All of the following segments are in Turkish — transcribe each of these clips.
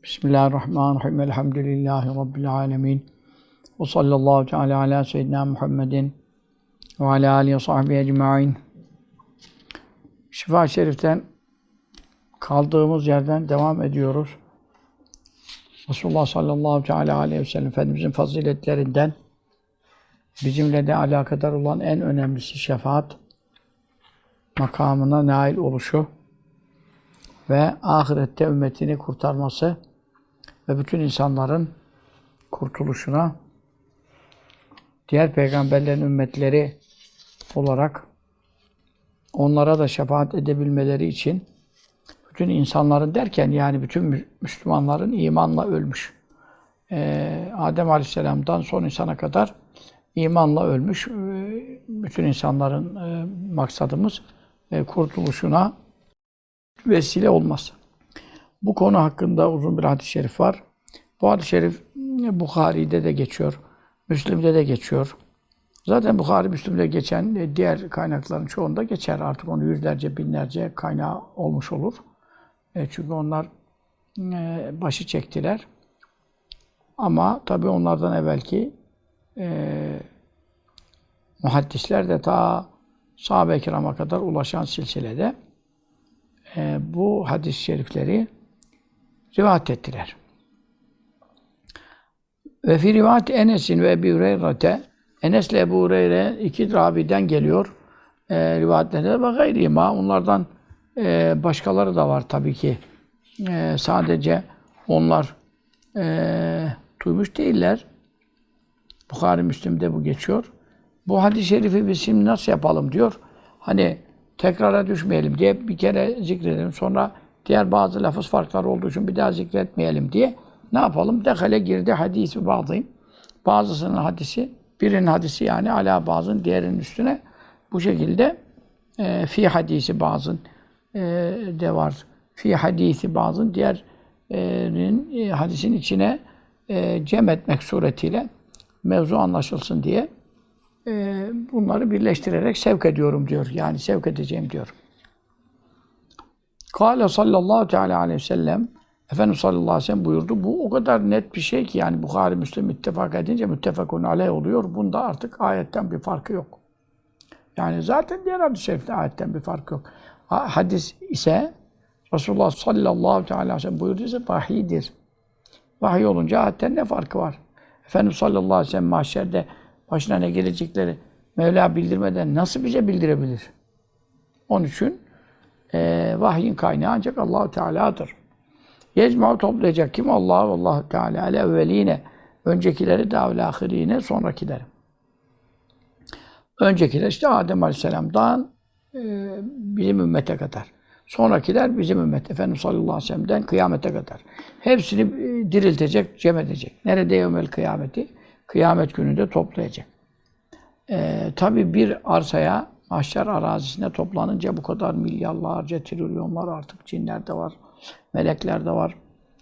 Bismillahirrahmanirrahim. Elhamdülillahi Rabbil alemin. Ve sallallahu teala ala seyyidina Muhammedin ve ala alihi ve sahbihi ecma'in. Şifa-i Şerif'ten kaldığımız yerden devam ediyoruz. Resulullah sallallahu teala aleyhi ve sellem Efendimizin faziletlerinden bizimle de alakadar olan en önemlisi şefaat makamına nail oluşu ve ahirette ümmetini kurtarması ve bütün insanların kurtuluşuna diğer peygamberlerin ümmetleri olarak onlara da şefaat edebilmeleri için bütün insanların derken yani bütün Müslümanların imanla ölmüş. Adem Aleyhisselam'dan son insana kadar imanla ölmüş. Bütün insanların maksadımız kurtuluşuna vesile olması. Bu konu hakkında uzun bir hadis-i şerif var. Bu hadis-i şerif Buhari'de de geçiyor, Müslim'de de geçiyor. Zaten Buhari, Müslim'de geçen diğer kaynakların çoğunda geçer. Artık onu yüzlerce, binlerce kaynağı olmuş olur. Çünkü onlar başı çektiler. Ama tabii onlardan evvelki muhaddisler de ta sahabe-i kirama kadar ulaşan silsilede bu hadis-i şerifleri rivayet ettiler. Ve fi rivayet Enes'in ve Ebu Hureyre'te Enes'le Ebu Hureyre iki raviden geliyor. Rivayetlerde ve gayrîmâ onlardan başkaları da var tabii ki. Sadece onlar duymuş değiller. Buhari Müslim'de bu geçiyor. Bu hadis-i şerifi biz şimdi nasıl yapalım diyor. Hani tekrara düşmeyelim diye bir kere zikredelim. Sonra diğer bazı lafız farkları olduğu için bir daha zikretmeyelim diye ne yapalım? Dehale girdi hadisi bazıyım. Bazısının hadisi, birinin hadisi yani ala bazın diğerinin üstüne bu şekilde fi hadisi bazın de var. Fi hadisi bazın diğerinin hadisin içine cem etmek suretiyle mevzu anlaşılsın diye bunları birleştirerek sevk ediyorum diyor. Yani sevk edeceğim diyor. Kâle sallallahu teala aleyhi ve sellem Efendimiz sallallahu aleyhi ve sellem buyurdu. Bu o kadar net bir şey ki yani Buhari, Müslim ittifak edince müttefekun aleyh oluyor. Bunda artık ayetten bir farkı yok. Yani zaten diğer hadis-i şerifte ayetten bir farkı yok. Hadis ise Resulullah sallallahu teala aleyhi ve sellem buyurduysa vahiydir. Vahiy olunca ayetten ne farkı var? Efendimiz sallallahu aleyhi ve sellem mahşerde başına ne gelecekleri Mevla bildirmeden nasıl bize bildirebilir? Onun için vahyin kaynağı ancak Allah-u Teala'dır. Yecma'u toplayacak kim? Allah Teala ale evveline. Öncekileri davul ahirine, sonrakileri. Öncekiler işte Adem Aleyhisselam'dan bizim ümmete kadar. Sonrakiler bizim ümmet. Efendimiz sallallahu aleyhi ve sellem'den kıyamete kadar. Hepsini diriltecek, cem edecek. Nerede yevmel kıyameti? Kıyamet gününde toplayacak. Tabii bir arsaya, mahşer arazisine toplanınca bu kadar milyarlarca, trilyonlar artık cinler de var, melekler de var.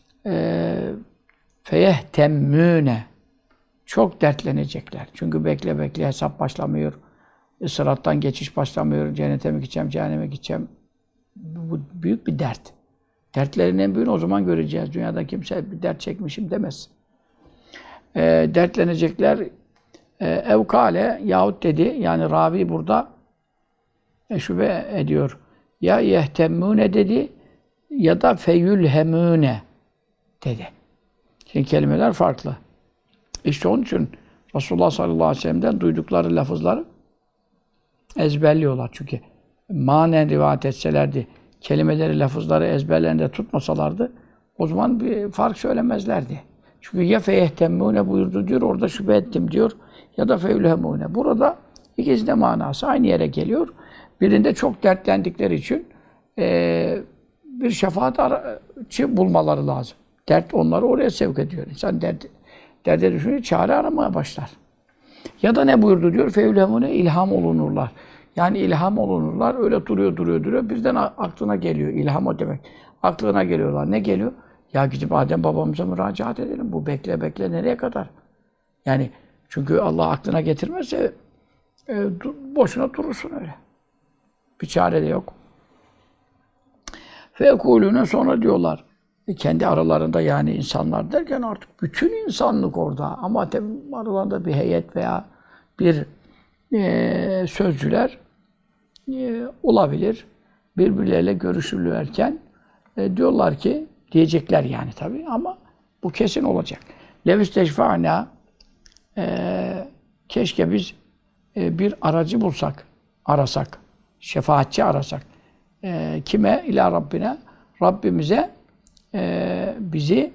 Feyehtemmûne. Çok dertlenecekler. Çünkü bekle hesap başlamıyor. Sırattan geçiş başlamıyor. Cennete mi gideceğim, cehenneme gideceğim. Bu büyük bir dert. Dertlerin en büyüğünü o zaman göreceğiz. Dünyada kimse bir dert çekmişim demez. Dertlenecekler. Evkale yahut dedi, yani ravi burada şüphe ediyor. Ya yehtemmûne dedi ya da feyülhemûne dedi. Şimdi kelimeler farklı. İşte onun için Resulullah sallallahu aleyhi ve sellem'den duydukları lafızları ezberliyorlar. Çünkü manen rivayet etselerdi, kelimeleri, lafızları ezberlerinde tutmasalardı o zaman bir fark söylemezlerdi. Çünkü ya feyehtemmûne buyurdu diyor, orada şüphe ettim diyor. Ya da feylhemûne. Burada ikisi de manası aynı yere geliyor. Birinde çok dertlendikleri için bir şefaatçi bulmaları lazım. Dert onları oraya sevk ediyor. İnsan derde düşünce çare aramaya başlar. Ya da ne buyurdu diyor? Feylhemûne ilham olunurlar. Yani ilham olunurlar. Öyle duruyor. Birden aklına geliyor. İlham o demek. Aklına geliyorlar. Ne geliyor? Ya gidip Adem babamıza müracaat edelim. Bu bekle nereye kadar? Yani çünkü Allah aklına getirmezse boşuna durursun öyle. Bir çare de yok. Fekulûne sonra diyorlar. kendi aralarında yani insanlar derken artık bütün insanlık orada. Ama tabii aralarında bir heyet veya bir sözcüler olabilir. Birbirleriyle görüşürlerken diyorlar ki, diyecekler yani tabii ama bu kesin olacak. Levüsteşfa'na keşke biz bir aracı bulsak, arasak, şefaatçi arasak. Kime? İlâ Rabbine. Rabbimize bizi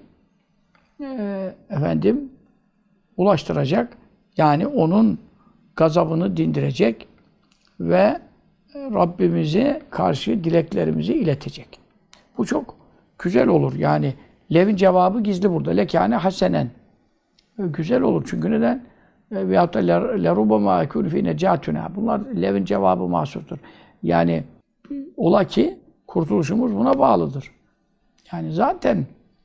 efendim ulaştıracak. Yani onun gazabını dindirecek ve Rabbimize karşı dileklerimizi iletecek. Bu çok güzel olur. Yani Lev'in cevabı gizli burada. Lekâne hasenen. Güzel olur. Çünkü neden? Veyahut da lerubama ekûnü fî necâtuna. Bunlar Lev'in cevabı mahsurdur. Yani ola ki kurtuluşumuz buna bağlıdır. Yani zaten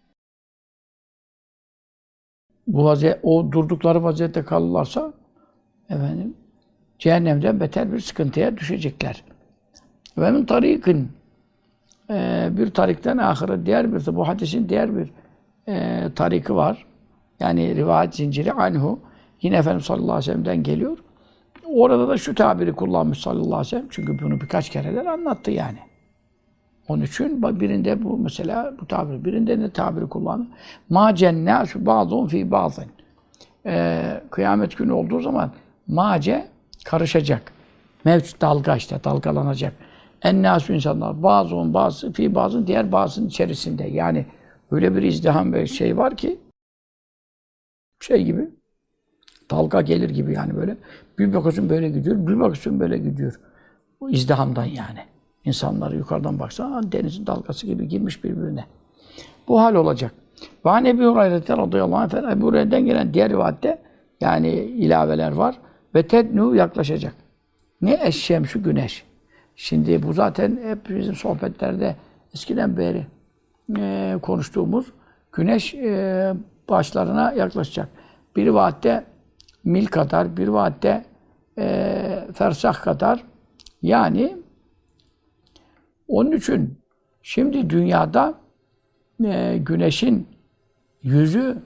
bu o durdukları vaziyette kalırlarsa efendim cehennemden beter bir sıkıntıya düşecekler. Ve min tarikın bir tarikten ahire diğer bir bu hadisin diğer bir tariki var. Yani rivayet zinciri anhu yine Efendimiz sallallahu aleyhi ve sellem'den geliyor. Orada da şu tabiri kullanmış sallallahu aleyhi ve sellem. Çünkü bunu birkaç kereler anlattı yani. Onun için birinde bu mesela bu tabiri, birinde ne tabiri kullanır? Ma cennâsü bâzûn fî bâzın. Kıyamet günü olduğu zaman mace karışacak. Mevcut dalga işte, dalgalanacak. Ennâsü insanlar bazıun bazı fî bazın diğer bazının içerisinde. Yani öyle bir izdiham ve şey var ki şey gibi dalga gelir gibi yani böyle. Bir bakıyorsun böyle gidiyor, bir bakıyorsun böyle gidiyor. Bu izdihamdan yani. İnsanları yukarıdan baksan denizin dalgası gibi girmiş birbirine. Bu hal olacak. Ve hani Ebu Hureyre'den radıyallahu anh Ebu Hureyre'den gelen diğer rivayette yani ilaveler var. Ve tednu yaklaşacak. Ne eşşemsü güneş. Şimdi bu zaten hep bizim sohbetlerde eskiden beri konuştuğumuz güneş başlarına yaklaşacak. Bir rivayette mil kadar, bir rivayette fersah kadar. Yani onun için şimdi dünyada güneşin yüzü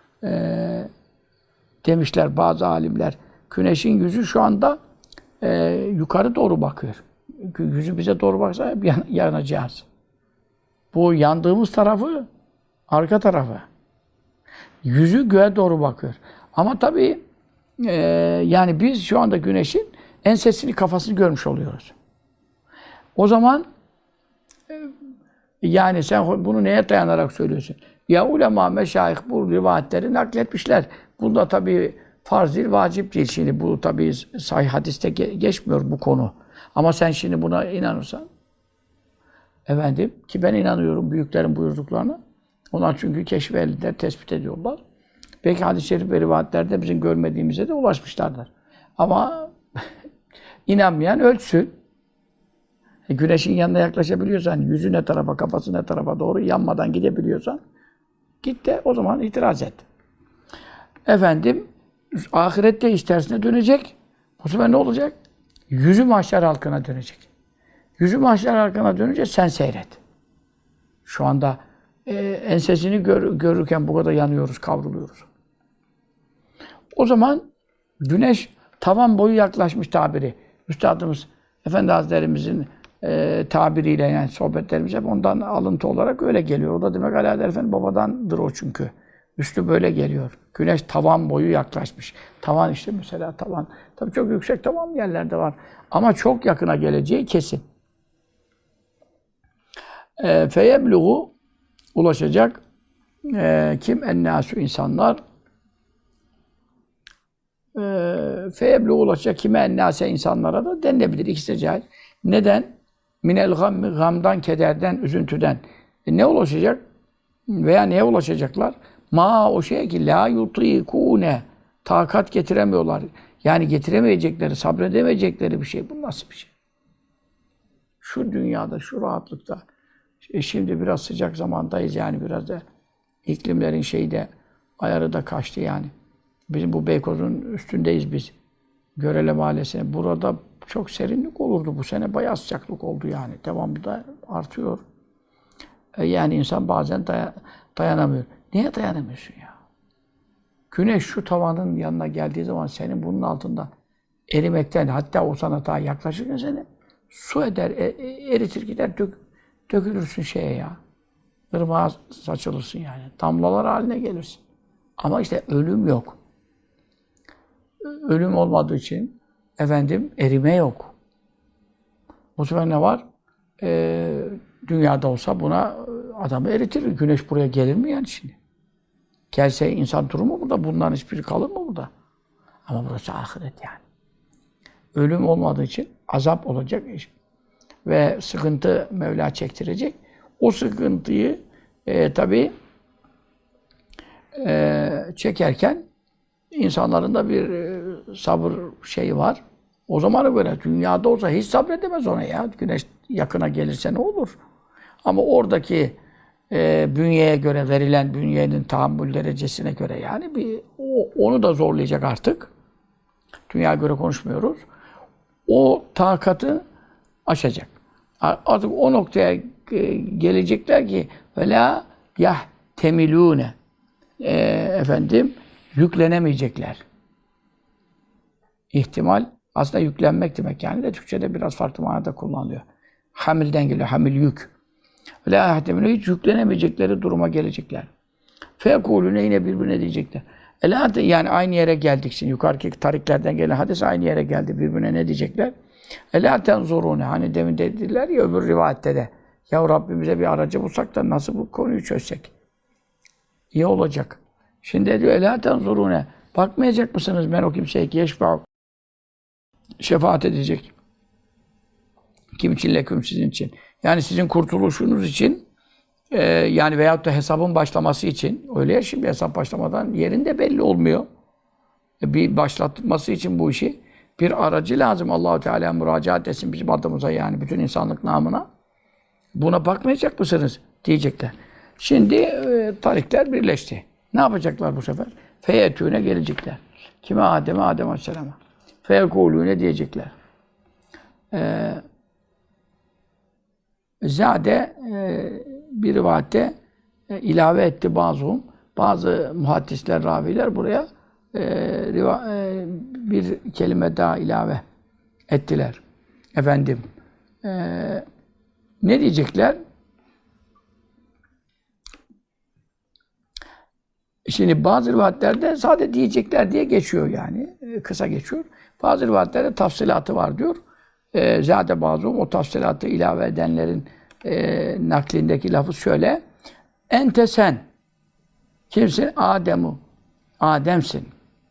demişler bazı alimler. Güneşin yüzü şu anda yukarı doğru bakıyor. Yüzü bize doğru baksa hep yanacağız. Bu yandığımız tarafı arka tarafı. Yüzü göğe doğru bakıyor. Ama tabii yani biz şu anda güneşin ensesini, kafasını görmüş oluyoruz. O zaman yani sen bunu neye dayanarak söylüyorsun? Ya ulema, meşayih bu rivayetleri nakletmişler. Bunda tabii farz değil, vacip değil. Şimdi bu tabii sahih hadiste geçmiyor bu konu. Ama sen şimdi buna inanırsan efendim ki ben inanıyorum büyüklerin buyurduklarına. Onlar çünkü keşfediler, tespit ediyorlar. Belki hadis-i şerif ve rivayetlerde bizim görmediğimize de ulaşmışlardır. Ama inanmayan ölçsün. Güneşin yanına yaklaşabiliyorsan, yüzü ne tarafa, kafası ne tarafa doğru yanmadan gidebiliyorsan git de o zaman itiraz et. Efendim, ahirette iş tersine dönecek. Bu sefer ne olacak? Yüzü mahşer halkına dönecek. Yüzü mahşer halkına dönünce sen seyret. Şu anda ensesini görürken bu kadar yanıyoruz, kavruluyoruz. O zaman güneş tavan boyu yaklaşmış tabiri. Üstadımız Efendi Hazretlerimizin tabiriyle yani sohbetlerimiz hep ondan alıntı olarak öyle geliyor. O da demek Ali Adel Efendi babadandır o çünkü. Üstü böyle geliyor. Güneş tavan boyu yaklaşmış. Tavan işte mesela tavan. Tabii çok yüksek tavan yerlerde var. Ama çok yakına geleceği kesin. Feyebluğu ulaşacak. Kim? Ennâsü insanlar. Feyebluğu ulaşacak. Kime? Ennâse insanlara da denilebilir. İkisi de caiz. Neden? Minel gammi, gamdan, kederden, üzüntüden. Ne ulaşacak? Veya neye ulaşacaklar? Ma o şey ki la yutikune. Takat getiremiyorlar. Yani getiremeyecekleri, sabredemeyecekleri bir şey. Bu nasıl bir şey? Şu dünyada, şu rahatlıkta. Şimdi biraz sıcak zamandayız yani biraz da iklimlerin şeyi de ayarı da kaçtı yani. Bizim bu Beykoz'un üstündeyiz biz. Görele Mahallesi'ne. Burada çok serinlik olurdu. Bu sene bayağı sıcaklık oldu yani. Devamlı da artıyor. Yani insan bazen dayanamıyor. Niye dayanamıyorsun ya? Güneş şu tavanın yanına geldiği zaman senin bunun altında erimekten, hatta o sana daha yaklaşırken seni su eder, eritir gider, dökülürsün şeye ya. Irmağa saçılırsın yani. Damlalar haline gelirsin. Ama işte ölüm yok. Ölüm olmadığı için erime yok. Bu sefer ne var? Dünyada olsa buna adamı eritir. Güneş buraya gelir mi yani şimdi? Gelse insan durumu burada. Bunların hiçbiri kalır mı burada? Ama burası ahiret yani. Ölüm olmadığı için azap olacak ve sıkıntı Mevla çektirecek. O sıkıntıyı tabii çekerken insanların da bir sabır şeyi var. O zamana göre dünyada olsa hiç sabredemez ona ya. Güneş yakına gelirse ne olur? Ama oradaki bünyeye göre verilen bünyenin tahammül derecesine göre yani onu da zorlayacak artık. Dünyaya göre konuşmuyoruz. O takatı aşacak. Artık o noktaya gelecekler ki vela yahtemilûne yüklenemeyecekler. İhtimal aslında yüklenmek demek yani de Türkçe'de biraz farklı manada kullanılıyor. Hamilden geliyor, hamil yük. Vela yahtemilûne hiç yüklenemeyecekleri duruma gelecekler. Feyekulûne yine birbirine diyecekler. Yani aynı yere geldik şimdi. Yukarıki tariklerden gelen hadis aynı yere geldi. Birbirine ne diyecekler? Elâ tenzurûne. Hani demin dediler ya öbür rivayette de. Ya Rabbimize bir aracı bulsak da nasıl bu konuyu çözsek? İyi olacak. Şimdi diyor elâ tenzurûne. Bakmayacak mısınız ben o kimseye ki şefaat edecek. Kim için? Leküm sizin için. Yani sizin kurtuluşunuz için yani veyahut da hesabın başlaması için, öyle ya şimdi hesap başlamadan yerinde belli olmuyor. Bir başlatması için bu işi bir aracı lazım. Allah-u Teala müracaat etsin bizim adımıza yani bütün insanlık namına. Buna bakmayacak mısınız? Diyecekler. Şimdi tarikler birleşti. Ne yapacaklar bu sefer? Feyetûne gelecekler. Kime? Adem Aleyhisselam'a. Feyekulûne diyecekler. Zade bir rivayette ilave etti bazı muhaddisler, raviler buraya bir kelime daha ilave ettiler. Ne diyecekler? Şimdi bazı rivayetlerde sadece diyecekler diye geçiyor yani. Kısa geçiyor. Bazı rivayetlerde tafsilatı var diyor. Zade bazıhum o tafsilatı ilave edenlerin naklindeki lafı şöyle. Ente sen. Kimsin? Adem'sin.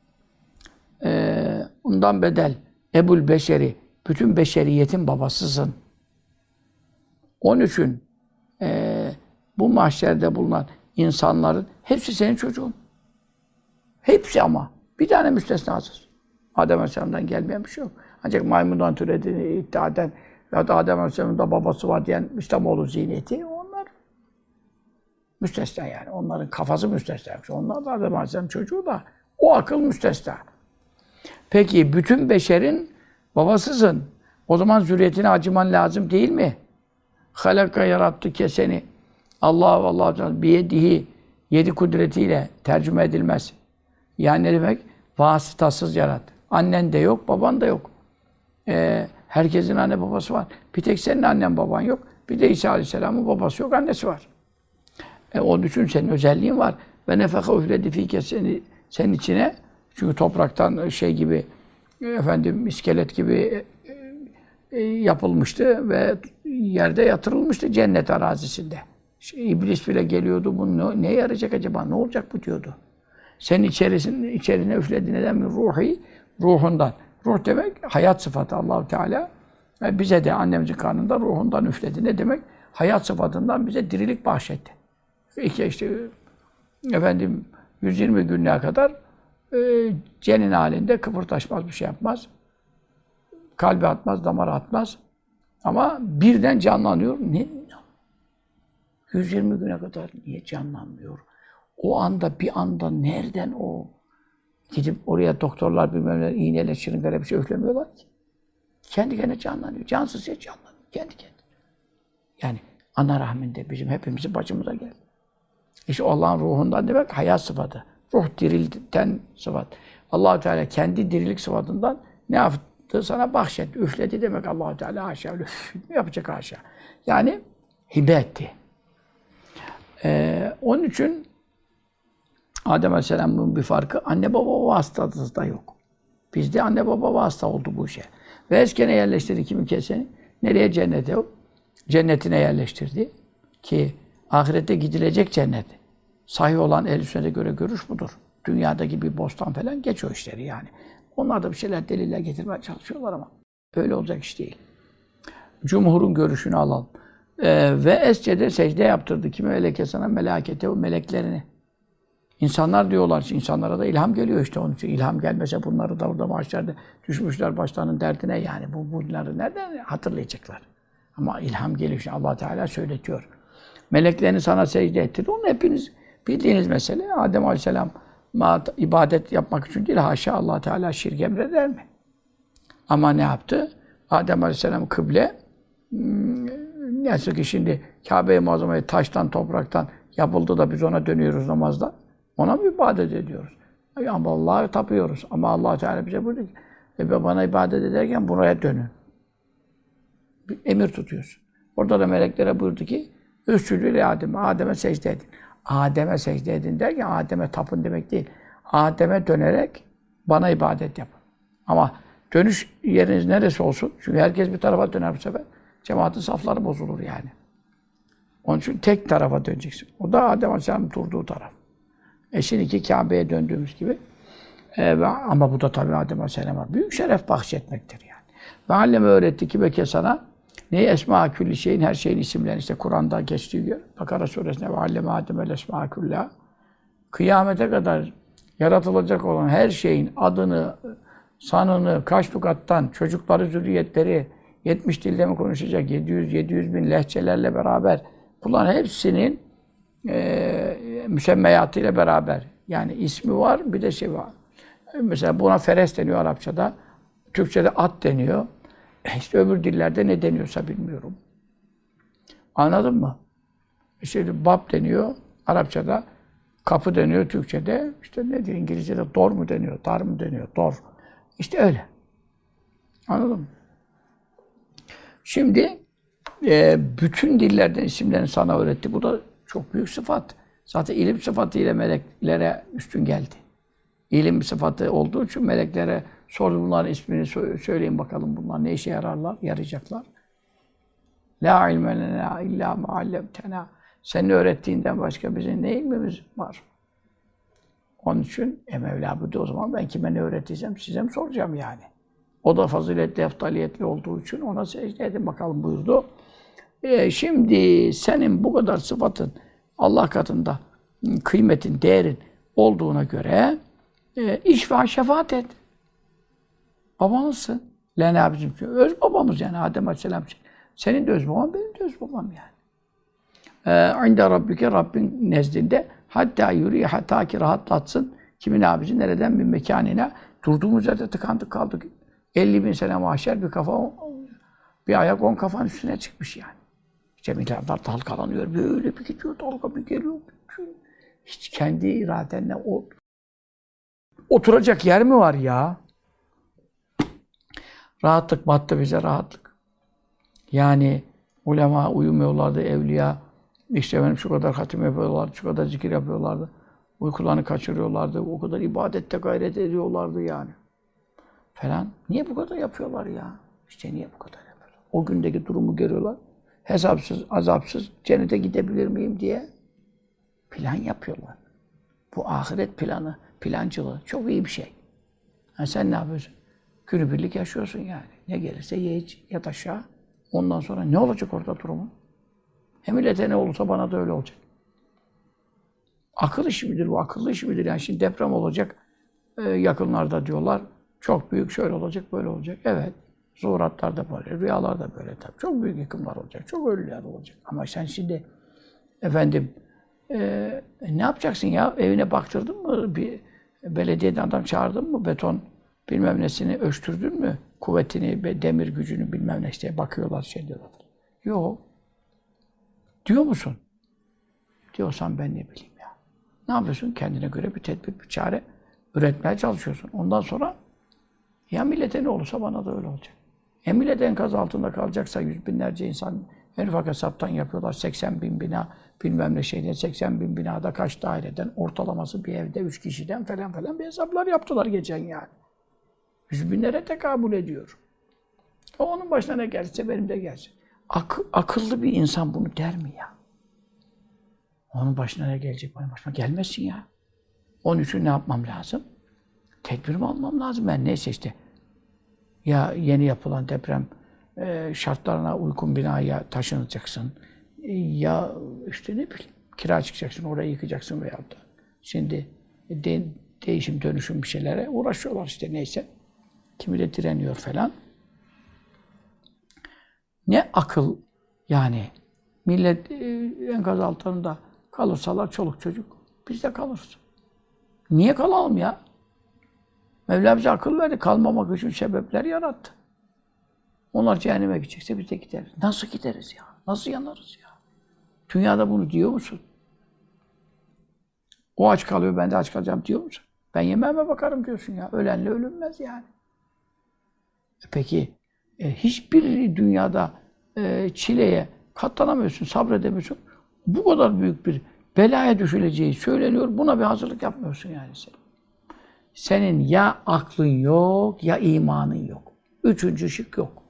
Ondan bedel. Ebul beşeri. Bütün beşeriyetin babasısın. Onun için bu mahşerde bulunan insanların hepsi senin çocuğun. Hepsi ama. Bir tane müstesnasız. Adem Aleyhisselam'dan gelmeyen bir şey yok. Ancak maymundan türediğini iddia eden ya da Adem Aleyhisselam'ın da babası var diyen İslamoğlu zihniyeti onlar müstesna yani. Onların kafası müstesna. Onlar da Adem Aleyhisselam çocuğu da o akıl müstesna. Peki bütün beşerin babasısın. O zaman zürriyetine acıman lazım değil mi? Halaka yarattı keseni. Allah biyedihi yedi kudretiyle tercüme edilmez. Yani ne demek? Vasıtasız yarattı. Annen de yok, baban da yok. Herkesin anne babası var. Bir tek senin annen baban yok. Bir de İsa Aleyhisselam'ın babası yok, annesi var. Onun için senin özelliğin var. Ve nefeka üfledi fîke senin içine. Çünkü topraktan gibi iskelet gibi yapılmıştı ve yerde yatırılmıştı cennet arazisinde. İblis bile geliyordu. Bu neye yarayacak acaba? Ne olacak bu diyordu. Senin içerine üfledi. Neden mi? Ruhundan. Ruh demek hayat sıfatı Allah-u Teala. Bize de annemizin karnında ruhundan üfledi. Ne demek? Hayat sıfatından bize dirilik bahşetti. İşte 120 günlüğe kadar cenin halinde kıpırtaşmaz, bir şey yapmaz. Kalbi atmaz, damara atmaz. Ama birden canlanıyor. Ne? 120 güne kadar niye canlanmıyor? O anda, bir anda nereden o? Gidip oraya doktorlar bilmem ne iğneyle, şırıngayla bir şey üflemiyorlar ki. Kendi kendine canlanıyor. Cansız ya canlanıyor. Kendi kendine. Yani Ana rahminde bizim hepimizin başımıza geldi. İşte Allah'ın ruhundan demek hayat sıfatı. Ruh dirilten sıfat. Allah-u Teala kendi dirilik sıfatından ne yaptı? Sana bahşetti, üfledi demek Allah-u Teala haşa. Üf, yapacak haşa. Yani hibe etti. Onun için Adem Aleyhisselam'ın bir farkı anne baba vasıtasında da yok. Bizde anne baba vasıta oldu bu işe. Ve eskene yerleştirdi kimi keseni. Nereye? Cennete. Cennetine yerleştirdi. Ki ahirette gidilecek cennet. Sahih olan ehl-i sünnete göre görüş budur. Dünyadaki bir bostan falan geç o işleri yani. Onlar da bir şeyler deliller getirmeye çalışıyorlar ama öyle olacak iş değil. Cumhurun görüşünü alalım. Ve escede secde yaptırdı. Kime meleke sana melakete o meleklerini. İnsanlar diyorlar, insanlara da ilham geliyor işte onun için. İlham gelmese bunları da orada mahşerde düşmüşler başlarının derdine yani. Bunları nereden hatırlayacaklar? Ama ilham geliyor işte Allah Teala söyletiyor. Meleklerini sana secde ettirdi. Onu hepiniz bildiğiniz mesele. Adem Aleyhisselam ibadet yapmak için değil. Haşa Allah Teala şirk emreder mi? Ama ne yaptı? Adem Aleyhisselam kıble neyse ki şimdi Kabe-i Muazzama'yı taştan, topraktan yapıldı da biz ona dönüyoruz namazda. Ona mı ibadet ediyoruz? Ama Allah'a tapıyoruz. Ama Allah Teala bize buyurdu ki bana ibadet ederken buraya dönün. Bir emir tutuyorsun. Orada da meleklere buyurdu ki üscüdü Adem'e secde edin. Adem'e secde edin derken Adem'e tapın demek değil. Adem'e dönerek bana ibadet yapın. Ama dönüş yeriniz neresi olsun? Çünkü herkes bir tarafa döner bu sefer. Cemaatin safları bozulur yani. Onun için tek tarafa döneceksin. O da Adem Aleyhisselam'ın durduğu taraf. Şimdiki Kabe'ye döndüğümüz gibi. Ama bu da tabii Adem Aleyhisselam'a büyük şeref bahşetmektir yani. Ve alleme öğretti ki beke sana neyi esma külli şeyin, her şeyin isimlerini işte Kur'an'da geçtiği gibi. Bakara suresinde ve alleme Adem'el esma külla. Kıyamete kadar yaratılacak olan her şeyin adını, sanını, kaç lukattan, çocukları, zürriyetleri, 70 dilde mi konuşacak, 700 bin lehçelerle beraber bunların hepsinin müsemmeyatıyla beraber. Yani ismi var, bir de şey var. Mesela buna feres deniyor Arapçada. Türkçe'de at deniyor. İşte öbür dillerde ne deniyorsa bilmiyorum. Anladın mı? İşte bab deniyor Arapçada. Kapı deniyor Türkçe'de. İşte ne diyor İngilizce'de door mu deniyor, dar mı deniyor, door. İşte öyle. Anladın mı? Şimdi bütün dillerden isimlerini sana öğretti. Bu da çok büyük sıfat. Zaten ilim sıfatıyla meleklere üstün geldi. İlim sıfatı olduğu için meleklere sordu bunların ismini söyleyin bakalım bunlar ne işe yararlar, yarayacaklar. La ilme lena illa ma allamtena. Senin öğrettiğinden başka bizim ne ilmimiz var? Onun için Mevla buyurdu o zaman ben kime ne öğrettiysem size mi soracağım yani? O da faziletli, eftaliyetli olduğu için ona secde edin bakalım buyurdu. Şimdi senin bu kadar sıfatın Allah katında kıymetin, değerin olduğuna göre işfa şefaat et. Babamızsın. Lena bizim için. Öz babamız yani Adem Aleyhisselam için. Senin de öz baban, benim de öz babam yani. İnde Rabbike Rabbin nezdinde hatta yürüye hatta ki rahatlatsın. Kimin abici nereden bir mekanına durduğumuz yerde tıkandık kaldık. 50 bin sene mahşer bir kafa, bir ayak 10 kafanın üstüne çıkmış yani. İşte milyarlar dalgalanıyor, böyle bir gidiyor, dalga bir geliyor. Hiç kendi iradenle oturacak yer mi var ya? Rahatlık battı bize, rahatlık. Yani ulema uyumuyorlardı, evliya. İşte benim şu kadar hatim yapıyorlardı, şu kadar zikir yapıyorlardı. Uykularını kaçırıyorlardı, o kadar ibadette gayret ediyorlardı yani. Falan. Niye bu kadar yapıyorlar ya? İşte niye bu kadar yapıyorlar? O gündeki durumu görüyorlar. Hesapsız, azapsız cennete gidebilir miyim diye plan yapıyorlar. Bu ahiret planı, plancılığı çok iyi bir şey. Yani sen ne yapıyorsun? Günübirlik yaşıyorsun yani. Ne gelirse ye iç, yat aşağı. Ondan sonra ne olacak orada durumu? Hem millete ne olursa bana da öyle olacak. Akıl işi midir bu? Akıllı işi midir? Yani şimdi deprem olacak yakınlarda diyorlar. Çok büyük şöyle olacak, böyle olacak. Evet. Zuhuratlar da böyle, rüyalar da böyle tabii. Çok büyük yıkımlar olacak, çok ölüler olacak. Ama sen şimdi efendim ne yapacaksın ya? Evine baktırdın mı? Bir belediyeden adam çağırdın mı? Beton bilmem nesini ölçtürdün mü? Kuvvetini, demir gücünü bilmem ne işte bakıyorlar şey diyorlar. Yok. Diyor musun? Diyorsan ben ne bileyim ya. Ne yapıyorsun? Kendine göre bir tedbir, bir çare üretmeye çalışıyorsun. Ondan sonra ya millete ne olursa bana da öyle olacak. Millet enkaz altında kalacaksa yüz binlerce insan en ufak hesaptan yapıyorlar. 80 bin bina, bilmem ne şeyden 80 bin binada kaç daireden, ortalaması bir evde 3 kişiden falan bir hesaplar yaptılar geçen yani. Yüz binlere tekabül ediyor. Onun başına ne gelirse benim de gelsin. Akıllı bir insan bunu der mi ya? Onun başına ne gelecek, benim başıma gelmesin ya. Onun için ne yapmam lazım? Tedbirimi almam lazım ben. Neyse işte. Ya yeni yapılan deprem şartlarına uygun binaya taşınacaksın. Ya işte ne bileyim, kira çıkacaksın, orayı yıkacaksın veyahut da. Şimdi değişim dönüşüm bir şeylere uğraşıyorlar işte neyse. Kimi de direniyor falan. Ne akıl yani. Millet enkaz altında kalırsalar çoluk çocuk, biz de kalırız. Niye kalalım ya? Mevla bize akıl verdi. Kalmamak için sebepler yarattı. Onlar cehenneme gidecekse biz de gideriz. Nasıl gideriz ya? Nasıl yanarız ya? Dünyada bunu diyor musun? O aç kalıyor, ben de aç kalacağım diyor musun? Ben yemeğime bakarım diyorsun ya. Ölenle ölünmez yani. Peki hiçbir dünyada çileye katlanamıyorsun, sabredemiyorsun. Bu kadar büyük bir belaya düşüleceği söyleniyor. Buna bir hazırlık yapmıyorsun yani sen. Senin ya aklın yok ya imanın yok. Üçüncü şık yok.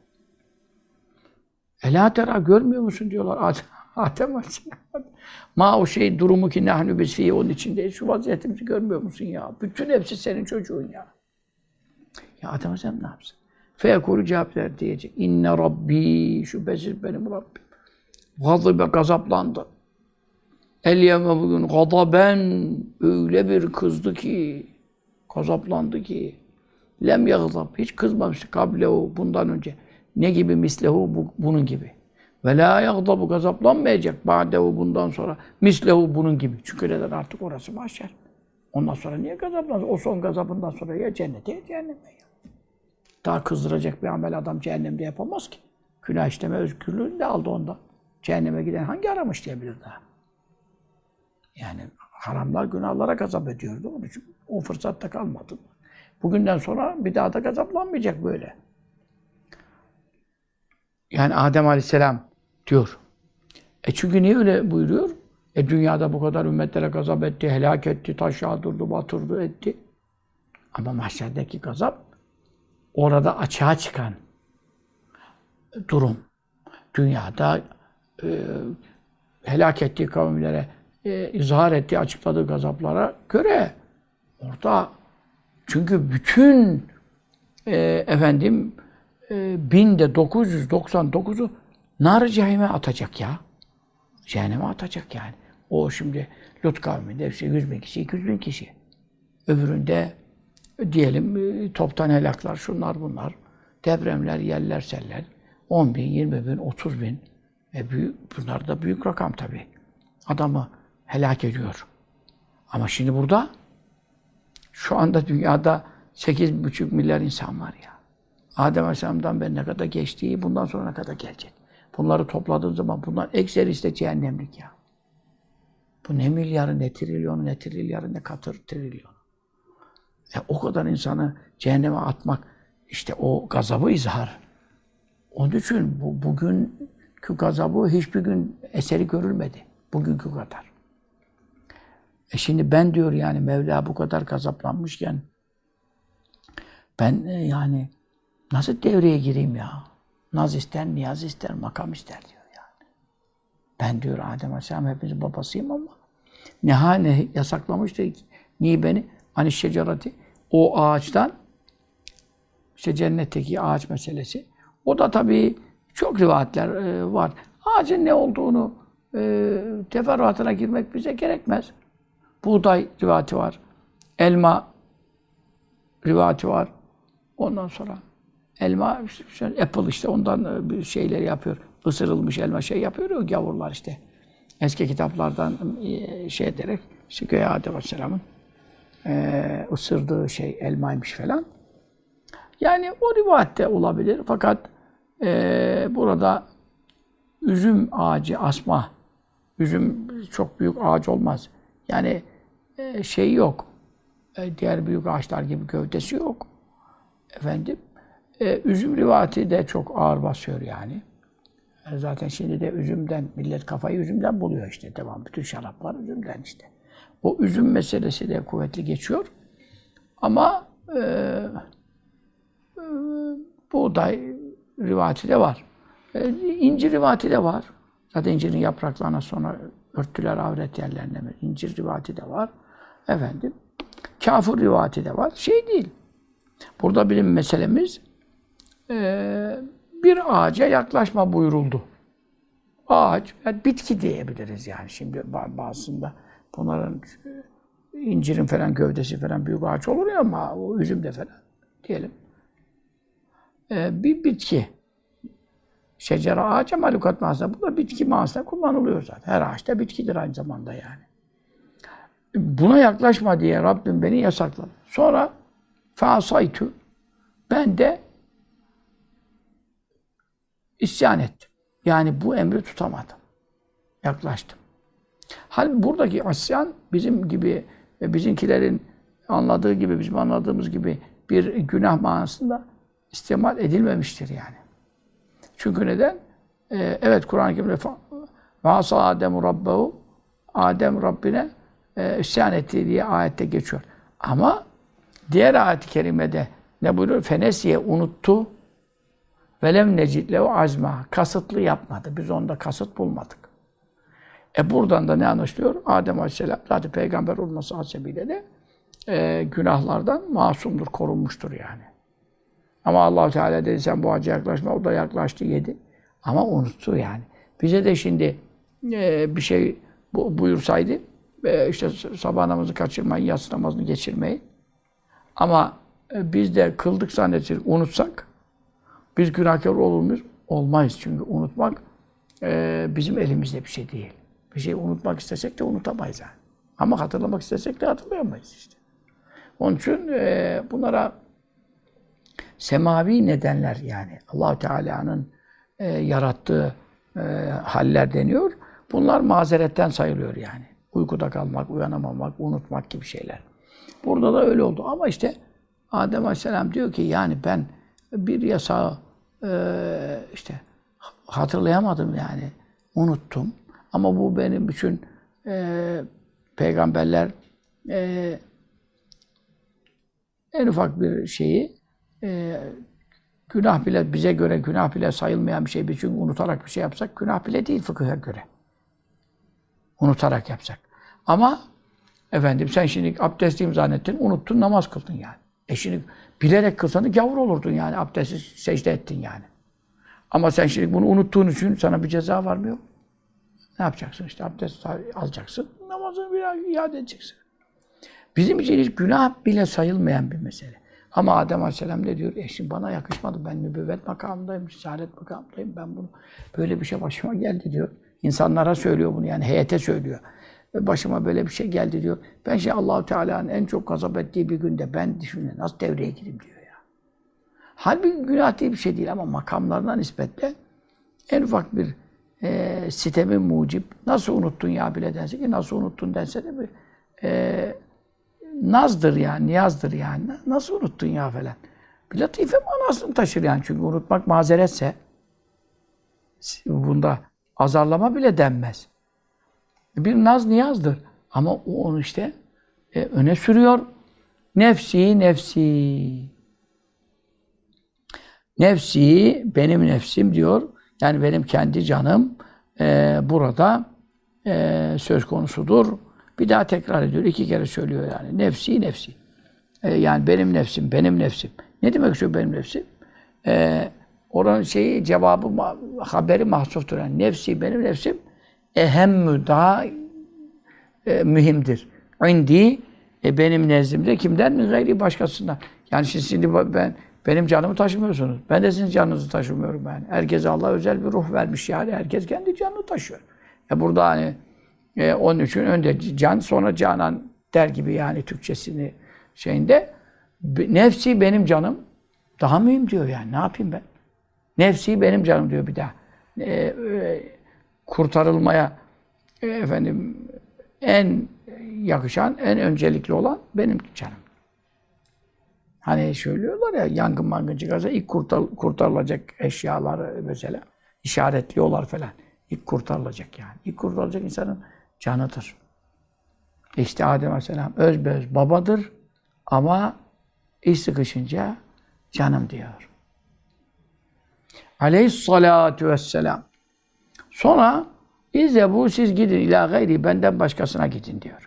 Ela tera görmüyor musun diyorlar Adem Aleyhisselam. Ma o şey durumu ki nahnu biz fihi onun içindeyiz. Şu vaziyetimizi görmüyor musun ya? Bütün hepsi senin çocuğun ya. Ya Adem Aleyhisselam ne yapsın? Feyekulu cevap ver diyecek. İnne Rabbi şüphesiz benim Rabbim. Gazıbe gazaplandı. El yevme bugün gadaben öyle bir kızdı ki gazaplandı ki lem yagzab hiç kızmamıştı kablehu bundan önce. Ne gibi mislehu bunun gibi. Ve la yagzabu gazaplanmayacak ba'dehu bundan sonra mislehu bunun gibi. Çünkü neden artık orası mahşer. Ondan sonra niye gazaplanır? O son gazabından sonra ya cennete ya cehenneme ya. Daha kızdıracak bir amel adam cehennemde yapamaz ki. Günah işleme özgürlüğünü de aldı ondan. Cehenneme giden hangi aramış diyebilir daha? Yani haramlar günahlara gazap ediyordu. Onun için o fırsatta kalmadı. Bugünden sonra bir daha da gazaplanmayacak böyle. Yani Adem Aleyhisselam diyor. Çünkü niye öyle buyuruyor? Dünyada bu kadar ümmetlere gazap etti, helak etti, taş yağdırdı, batırdı, etti. Ama mahşerdeki gazap orada açığa çıkan durum. Dünyada helak ettiği kavimlere izhar ettiği, açıkladığı gazaplara göre orada çünkü bütün binde 999'u nar-ı cehenneme atacak ya. Cehenneme atacak yani. O şimdi Lut kavminde işte 100 bin kişi, 200 bin kişi. Öbüründe diyelim toptan helaklar, şunlar bunlar. Depremler, yeller, seller. 10 bin, 20 bin, 30 bin. Bunlar da büyük rakam tabii. Adamı helak ediyor. Ama şimdi burada şu anda dünyada 8,5 milyar insan var ya. Adem Aleyhisselam'dan ben ne kadar geçtiği, bundan sonra ne kadar gelecek. Bunları topladığın zaman bunlar ekserisi de cehennemlik ya. Bu ne milyarı, ne trilyonu, ne trilyarı, ne katır trilyonu. O kadar insanı cehenneme atmak, işte o gazabı izhar. Onun için bugünkü gazabı hiçbir gün eseri görülmedi. Bugünkü kadar. Şimdi ben diyor yani Mevla bu kadar gazaplanmışken ben yani nasıl devreye gireyim ya? Naz ister, niyaz ister, makam ister diyor yani. Ben diyor Adem Aleyhisselam hepimizin babasıyım ama ne yasaklamıştı niye beni? Hani şecerati o ağaçtan işte cennetteki ağaç meselesi. O da tabii çok rivayetler var. Ağacın ne olduğunu teferruatına girmek bize gerekmez. Buğday rivayeti var. Elma rivayeti var. Ondan sonra elma, apple işte ondan bir şeyler yapıyor. Isırılmış elma şey yapıyor ya gavurlar işte. Eski kitaplardan şey ederek işte göğe Adem Aleyhisselam'ın ısırdığı şey elmaymış falan. Yani o rivayette olabilir. Fakat burada üzüm ağacı asma üzüm çok büyük ağaç olmaz. Yani şey yok. Diğer büyük ağaçlar gibi gövdesi yok. Efendim, üzüm rivayeti de çok ağır basıyor yani. Zaten şimdi de üzümden, millet kafayı üzümden buluyor işte. Devam, bütün şaraplar üzümden işte. O üzüm meselesi de kuvvetli geçiyor. Ama buğday rivayeti de var. İncir rivayeti de var. Zaten incirin yapraklarına sonra örttüler avret yerlerine. İncir rivayeti de var. Efendim, kafur rivayeti de var. Şey değil. Burada bilim meselemiz bir ağaca yaklaşma buyuruldu. Ağaç, yani bitki diyebiliriz yani. Şimdi bazısında bunların incirin falan gövdesi falan büyük ağaç olur ya ama o üzüm de falan diyelim. Bir bitki. Şecere ağaç ama lügat manasında. Bu da bitki manasında kullanılıyor zaten. Her ağaç da bitkidir aynı zamanda yani. Buna yaklaşma diye Rabbim beni yasakladı. Sonra فَاَصَيْتُ ben de isyan ettim. Yani bu emri tutamadım. Yaklaştım. Halbuki buradaki isyan bizim gibi, bizimkilerin anladığı gibi, bizim anladığımız gibi bir günah manasında istimal edilmemiştir yani. Çünkü neden? Evet, Kur'an-ı Kerim'de وَعَصَى آدَمُ رَبَّهُ Adem Rabbine isyan etti diye ayette geçiyor. Ama diğer ayet-i kerimede ne buyuruyor? Fenesiye unuttu. Velem necid lehu azma. Kasıtlı yapmadı. Biz onda kasıt bulmadık. Buradan da ne anlaşılıyor? Adem Aleyhisselam zaten peygamber olması hasebiyle de günahlardan masumdur, korunmuştur yani. Ama Allah Teala dedi sen bu ağaca yaklaşma. O da yaklaştı, yedi. Ama unuttu yani. Bize de şimdi bir şey buyursaydı işte sabah namazını kaçırmayın, yatsı namazını geçirmeyin. Ama biz de kıldık zannetsek, unutsak biz günahkar olur muyuz? Olmayız. Çünkü unutmak bizim elimizde bir şey değil. Bir şeyi unutmak istesek de unutamayız yani. Ama hatırlamak istesek de hatırlayamayız işte. Onun için bunlara semavi nedenler yani Allah Teala'nın yarattığı haller deniyor. Bunlar mazeretten sayılıyor yani. Uykuda kalmak, uyanamamak, unutmak gibi şeyler. Burada da öyle oldu. Ama işte Adem Aleyhisselam diyor ki yani ben bir yasağı işte hatırlayamadım yani. Unuttum. Ama bu benim için peygamberler en ufak bir şeyi günah bile, bize göre günah bile sayılmayan bir şey. Çünkü unutarak bir şey yapsak günah bile değil fıkıha göre. Unutarak yapsak. Ama efendim sen şimdi abdestliyim zannettin, unuttun, namaz kıldın yani. Şimdi bilerek kılsan da gavur olurdun yani. Abdestsiz secde ettin yani. Ama sen şimdi bunu unuttuğun için sana bir ceza var mı yok? Ne yapacaksın? İşte abdest alacaksın, namazını bir iade edeceksin. Bizim için hiç günah bile sayılmayan bir mesele. Ama Adem Aleyhisselam ne diyor? Şimdi bana yakışmadı. Ben nübüvvet makamındayım, risalet makamındayım. Ben bunu böyle bir şey başıma geldi diyor. İnsanlara söylüyor bunu yani heyete söylüyor. Başıma böyle bir şey geldi diyor. Ben şey Allah-u Teala'nın en çok gazap ettiği bir günde ben düşünün nasıl devreye gireyim diyor ya. Halbuki günah diye bir şey değil ama makamlarına nispetle en ufak bir sitemin mucib nasıl unuttun ya bile dense ki nasıl unuttun dense de bir nazdır yani, niyazdır yani. Nasıl unuttun ya falan. Bir latife manasını taşır yani. Çünkü unutmak mazeretse bunda azarlama bile denmez. Bir naz niyazdır. Ama o onu işte öne sürüyor. Nefsi, nefsi. Nefsi, benim nefsim diyor. Yani benim kendi canım burada söz konusudur. Bir daha tekrar ediyor. 2 kere söylüyor yani. Nefsi, nefsi. Yani benim nefsim, benim nefsim. Ne demek şu benim nefsim? Oranın şeyi, cevabı, haberi mahsuftur. Yani nefsi, benim nefsim ehemmü, daha mühimdir. İndi, benim nezdimde kimden mi? Gayri başkasından. Yani şimdi benim canımı taşımıyorsunuz. Ben de sizin canınızı taşımıyorum yani. Herkese Allah özel bir ruh vermiş yani. Herkes kendi canını taşıyor. Burada hani onun için önce can, sonra canan der gibi yani Türkçesini şeyinde. Nefsi benim canım daha mühim diyor yani. Ne yapayım ben? Nefsi benim canım diyor bir daha. Kurtarılmaya efendim en yakışan, en öncelikli olan benim canım. Hani söylüyorlar ya, yangın mangın çıkarsa ilk kurtarılacak eşyaları mesela işaretliyorlar falan. İlk kurtarılacak yani. İlk kurtarılacak insanın canıdır. İşte Adem Aleyhisselam özbeöz babadır ama iş sıkışınca canım diyor. Aleyhissalâtu vesselam. Sonra bu siz gidin ilâ gayri, benden başkasına gidin diyor.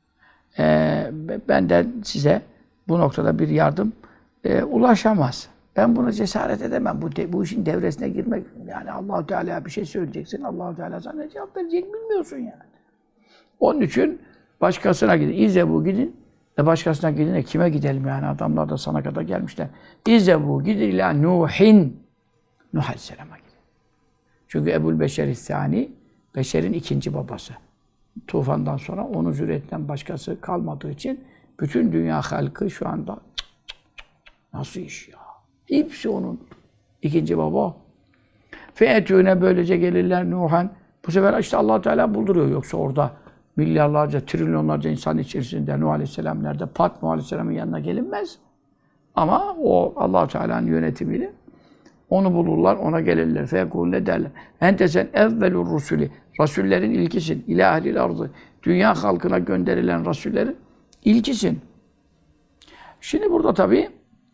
Benden size bu noktada bir yardım ulaşamaz. Ben buna cesaret edemem. Bu işin devresine girmek, yani Allah-u Teala'ya bir şey söyleyeceksin. Allah-u Teala sana ne cevap verecek bilmiyorsun yani. Onun için başkasına gidin. Bu gidin. Başkasına gidin. Kime gidelim yani? Adamlar da sana kadar gelmişler. Bu gidin ila Nuhin. Nuh Aleyhisselam'a gidin. Çünkü Ebu'l-Beşer Sani, beşerin ikinci babası. Tufandan sonra onun zürriyetinden başkası kalmadığı için bütün dünya halkı şu anda nasıl iş ya? Hepsi onun ikinci baba. Feyetüne böylece gelirler Nuhan. Bu sefer işte Allah Teala bulduruyor. Yoksa orada milyarlarca, trilyonlarca insan içerisinde Nuh Aleyhisselam nerede? Pat Nuh Aleyhisselam'ın yanına gelinmez. Ama o Allah Teala'nın yönetimiyle onu bulurlar, ona gelirler. Feyekûle derler. Ente sen evvelur rusuli. Rasullerin ilkisin. İlâ ehlil ardı. Dünya halkına gönderilen rasullerin ilkisin. Şimdi burada tabii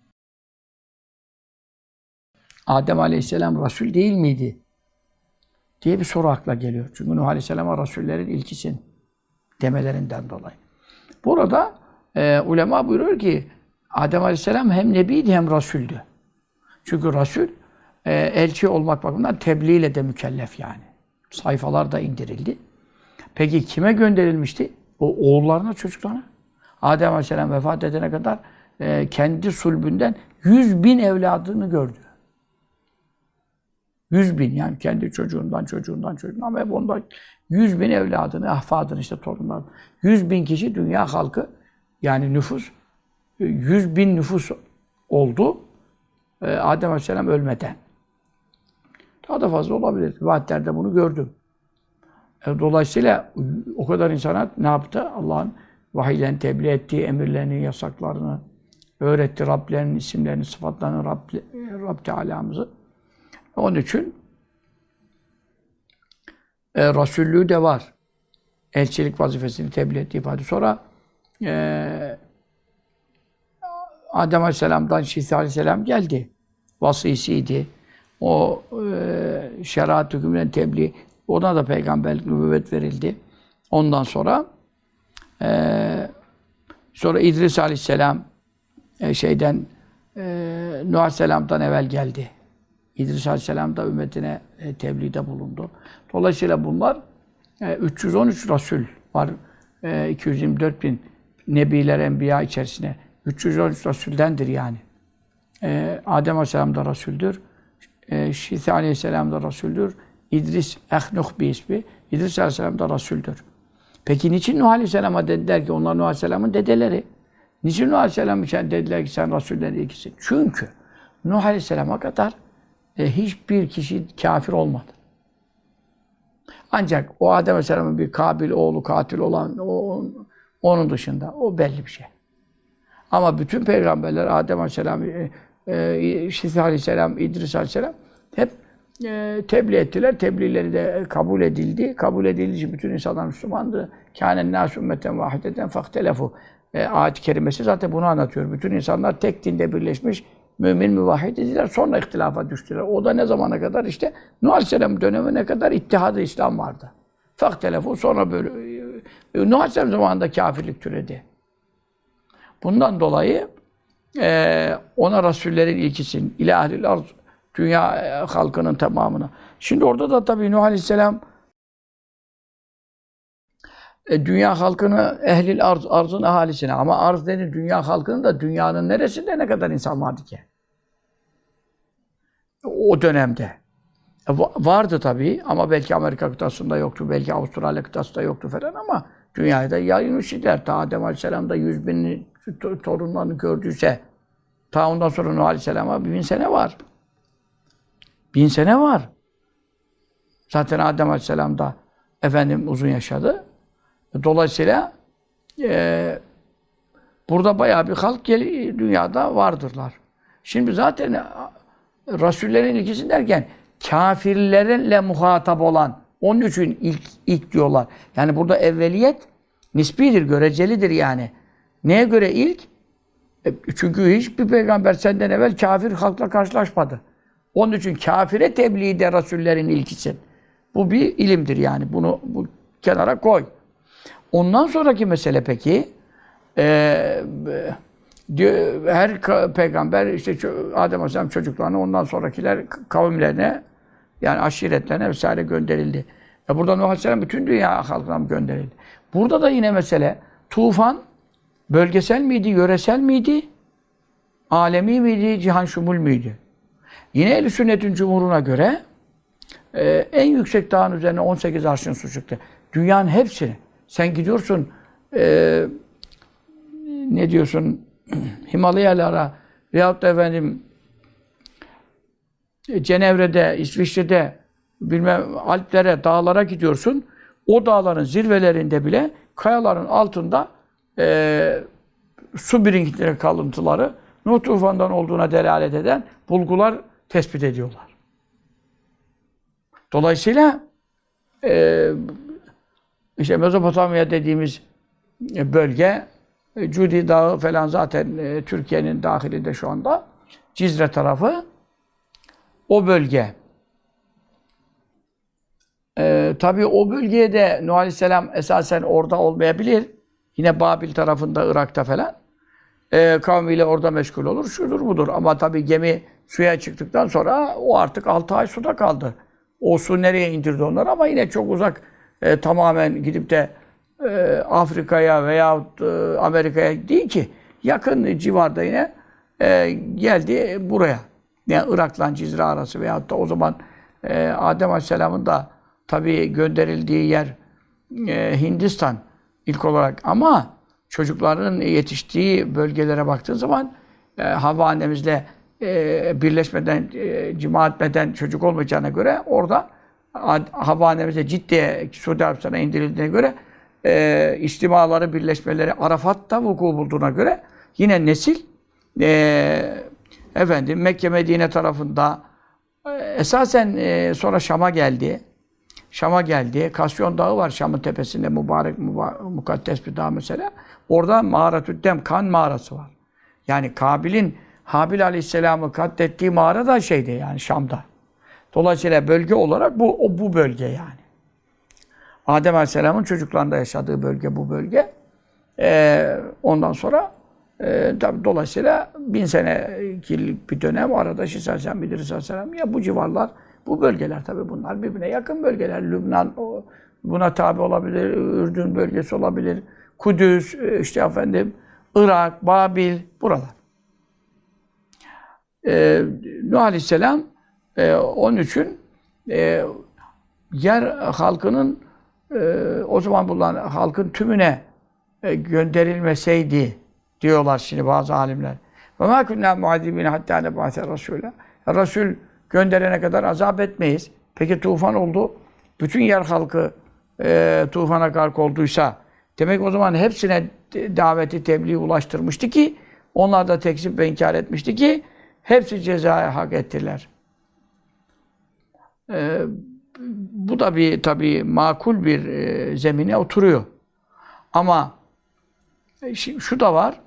Adem Aleyhisselam Resul değil miydi? Diye bir soru akla geliyor. Çünkü Nuh Aleyhisselam'a Rasullerin ilkisin demelerinden dolayı. Burada ulema buyuruyor ki Adem Aleyhisselam hem Nebiydi hem Rasuldü. Çünkü Rasul elçi olmak bakımından tebliğ ile de mükellef yani. Sayfalar da indirildi. Peki kime gönderilmişti? O oğullarına, çocuklarına. Adem Aleyhisselam vefat edene kadar kendi sulbünden 100.000 evladını gördü. 100.000 yani kendi çocuğundan ama hep ondan 100.000 evladını, ahfadını işte torunlar. 100.000 kişi dünya halkı yani nüfus 100.000 nüfus oldu. Adem Aleyhisselam ölmeden. Daha da fazla olabilir. Rivayetlerde bunu gördüm. Dolayısıyla o kadar insana ne yaptı? Allah'ın vahiylerini tebliğ ettiği emirlerini, yasaklarını öğretti. Rablerinin isimlerini, sıfatlarını, Rab Teala'mızı. Onun için Resullüğü de var. Elçilik vazifesini tebliğ ettiği ifade. Sonra Adem Aleyhisselam'dan Şisa Aleyhisselam geldi. Vasisiydi. O şeriat hükmünden tebliğ, ona da peygamberlik, nübüvvet verildi. Ondan sonra İdris Aleyhisselam Nuh Aleyhisselam'dan evvel geldi. İdris Aleyhisselam da ümmetine tebliğde bulundu. Dolayısıyla bunlar 313 Resul var. 224.000 Nebiler, Enbiya içerisine. 313 Resul'dendir yani. Adem Aleyhisselam da Resul'dür. Şisa Aleyhisselam da Resul'dür. İdris, Ehnuh bir ismi. İdris Aleyhisselam da Resul'dür. Peki niçin Nuh Aleyhisselam'a dediler ki onlar Nuh Aleyhisselam'ın dedeleri? Niçin Nuh Aleyhisselam için dediler ki sen Resul'den ilgisin? Çünkü Nuh Aleyhisselam'a kadar hiçbir kişi kafir olmadı. Ancak o Adem Aleyhisselam'ın bir Kabil oğlu katil olan onun dışında o belli bir şey. Ama bütün peygamberler Adem Aleyhisselam, Şisa Aleyhisselam, İdris Aleyhisselam hep tebliğ ettiler. Tebliğleri de kabul edildi. Kabul edildiği için bütün insanlar Müslümandı. Kânen nâsü ümmeten vâhideten fahtelefu. Ayet-i kerimesi zaten bunu anlatıyor. Bütün insanlar tek dinde birleşmiş, mümin, müvahhid idiler. Sonra ihtilafa düştüler. O da ne zamana kadar? İşte Nuh Aleyhisselam dönemine kadar ittihad-ı İslam vardı. Fahtelefu. Sonra böyle Nuh Aleyhisselam zamanında kâfirlik türedi. Bundan dolayı ona Rasullerin ilkisin, ilâhil arz, dünya halkının tamamına. Şimdi orada da tabii Nuh Aleyhisselam dünya halkını ehlil arz, arzın ahalisine. Ama arz denir dünya halkının da dünyanın neresinde ne kadar insan vardı ki? O dönemde. Vardı tabii ama belki Amerika kıtasında yoktu, belki Avustralya kıtasında yoktu falan ama dünyaya da yayılmış idiler. Ta Adem Aleyhisselam da 100.000 torunlarını gördüyse ta ondan sonra Nuh Aleyhisselam'a 1000 sene var. 1000 sene var. Zaten Adem Aleyhisselam da efendim uzun yaşadı. Dolayısıyla burada bayağı bir halk dünyada vardırlar. Şimdi zaten Rasullerin ilgisi derken kafirlerle muhatap olan, onun için ilk diyorlar. Yani burada evveliyet nisbidir, görecelidir yani. Neye göre ilk? Çünkü hiçbir peygamber senden evvel kafir halkla karşılaşmadı. Onun için kafire tebliğ de Rasullerin ilkisin. Bu bir ilimdir yani. Bunu bu kenara koy. Ondan sonraki mesele peki, her peygamber işte Adem Aleyhisselam çocuklarına, ondan sonrakiler kavimlerine, yani aşiretlerine vesaire gönderildi. Burada Nuh Aleyhisselam bütün dünya halkına gönderildi. Burada da yine mesele tufan bölgesel miydi, yöresel miydi, alemi miydi, cihan şumul müydü? Yine Ehl-i Sünnet'in cumhuruna göre en yüksek dağın üzerine 18 arşın su çıktı. Dünyanın hepsini. Sen gidiyorsun ne diyorsun Himalayalara veyahut da efendim Cenevre'de, İsviçre'de bilmem Alplere, dağlara gidiyorsun. O dağların zirvelerinde bile kayaların altında su birikintileri kalıntıları Nuh tufandan olduğuna delalet eden bulgular tespit ediyorlar. Dolayısıyla işte Mezopotamya dediğimiz bölge, Cudi Dağı falan zaten Türkiye'nin dahilinde şu anda. Cizre tarafı, o bölge. Tabii o bölgeye de Nuh Aleyhisselam esasen orada olmayabilir. Yine Babil tarafında, Irak'ta falan. Kavmiyle orada meşgul olur, şudur budur. Ama tabii gemi suya çıktıktan sonra o artık 6 ay suda kaldı. O su nereye indirdi onları ama yine çok uzak, tamamen gidip de Afrika'ya veyahut Amerika'ya değil ki. Yakın civarda yine geldi buraya. Yani Irak'la Cizre arası veyahut da o zaman Adem Aleyhisselam'ın da tabii gönderildiği yer Hindistan ilk olarak, ama çocukların yetiştiği bölgelere baktığın zaman Havva annemizle birleşmeden, cima etmeden çocuk olmayacağına göre orada Havva annemize Cidde'ye, Suudi Arabistan'a indirildiğine göre istimaları, birleşmeleri Arafat'ta vuku bulduğuna göre yine nesil efendim Mekke, Medine tarafında esasen sonra Şam'a geldi. Şam'a geldi. Kasyon Dağı var Şam'ın tepesinde, mübarek, mukaddes bir dağ mesela. Orada Mağaratüddem, kan mağarası var. Yani Kabil'in Habil Aleyhisselam'ı katlettiği mağara da şeyde, yani Şam'da. Dolayısıyla bölge olarak bu bölge yani. Adem Aleyhisselam'ın çocuklarında yaşadığı bölge bu bölge. Ondan sonra tabi dolayısıyla 1000 senelik bir dönem arada Şis Aleyhisselam, İdris Aleyhisselam, ya bu civarlar, bu bölgeler tabi bunlar birbirine yakın bölgeler. Lübnan buna tabi olabilir, Ürdün bölgesi olabilir, Kudüs, işte efendim Irak, Babil, buralar. Nuh Aleyhisselam onun için yer halkının o zaman bulunan halkın tümüne gönderilmeseydi diyorlar şimdi bazı alimler. Ve mâ kunnâ muadibîne hattâ nebâse rasûlâ. Resul gönderene kadar azap etmeyiz. Peki tufan oldu. Bütün yer halkı tufana gark olduysa demek o zaman hepsine daveti, tebliği ulaştırmıştı ki onlar da tekzip ve inkar etmişti ki hepsi cezaya hak ettiler. Bu da bir tabii makul bir zemine oturuyor. Ama şu da var.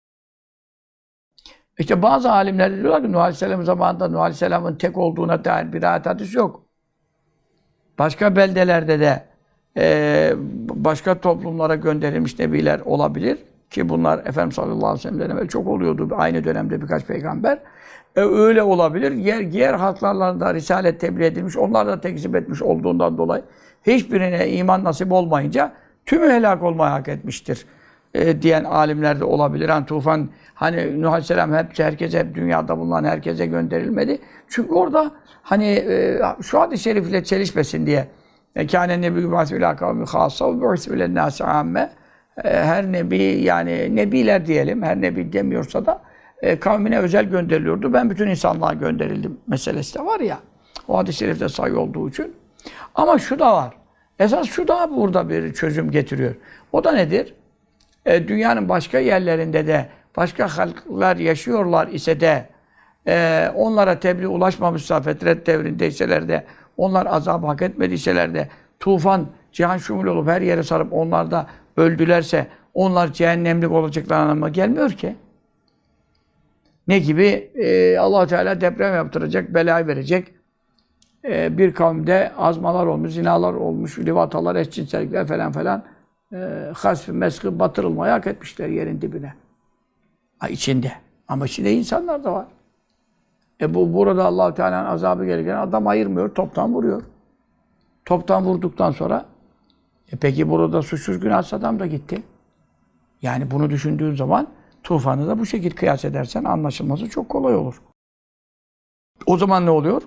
İşte bazı alimler diyorlar ki Nuh Aleyhisselam zamanında Nuh Aleyhisselam'ın tek olduğuna dair bir ayet hadis yok. Başka beldelerde de başka toplumlara gönderilmiş nebiler olabilir ki bunlar Efendimiz sallallahu aleyhi ve sellem'den evvel çok oluyordu. Aynı dönemde birkaç peygamber. Öyle olabilir. Diğer halklarla da risalet tebliğ edilmiş, onlar da tekzip etmiş olduğundan dolayı hiçbirine iman nasip olmayınca tümü helak olmaya hak etmiştir diyen alimler de olabilir. Yani tufan, hani Nuh Aleyhisselam herkese, dünyada bulunan herkese gönderilmedi. Çünkü orada hani şu hadis-i şerifle çelişmesin diye kâne nebiyyü yub'asu ilâ kavmin khâssa ve bu'ise ilennâsi âmme. Her nebi, yani nebiler diyelim, her nebi demiyorsa da kavmine özel gönderiliyordu. Ben bütün insanlığa gönderildim meselesi de var ya. O hadis-i şerifte sahih olduğu için. Ama şu da var. Esas şu da burada bir çözüm getiriyor. O da nedir? Dünyanın başka yerlerinde de başka halklar yaşıyorlar ise de onlara tebliğ ulaşmamışsa, fetret devrindeyseler de, onlar azabı hak etmediyseler de, tufan cihan şumul olup her yere sarıp onlar da öldülerse, onlar cehennemlik olacaklar anlamına gelmiyor ki. Ne gibi? Allah Teala deprem yaptıracak, belayı verecek. Bir kavimde azmalar olmuş, zinalar olmuş, livatalar, eşcinsellikler falan falan. Hasf-ı meskı batırılmayı hak etmişler yerin dibine. İçinde. Ama içinde insanlar da var. Burada Allah-u Teala'nın azabı gelirken adam ayırmıyor, toptan vuruyor. Toptan vurduktan sonra peki burada suçsuz günahsız adam da gitti. Yani bunu düşündüğün zaman tufanı da bu şekilde kıyas edersen anlaşılması çok kolay olur. O zaman ne oluyor?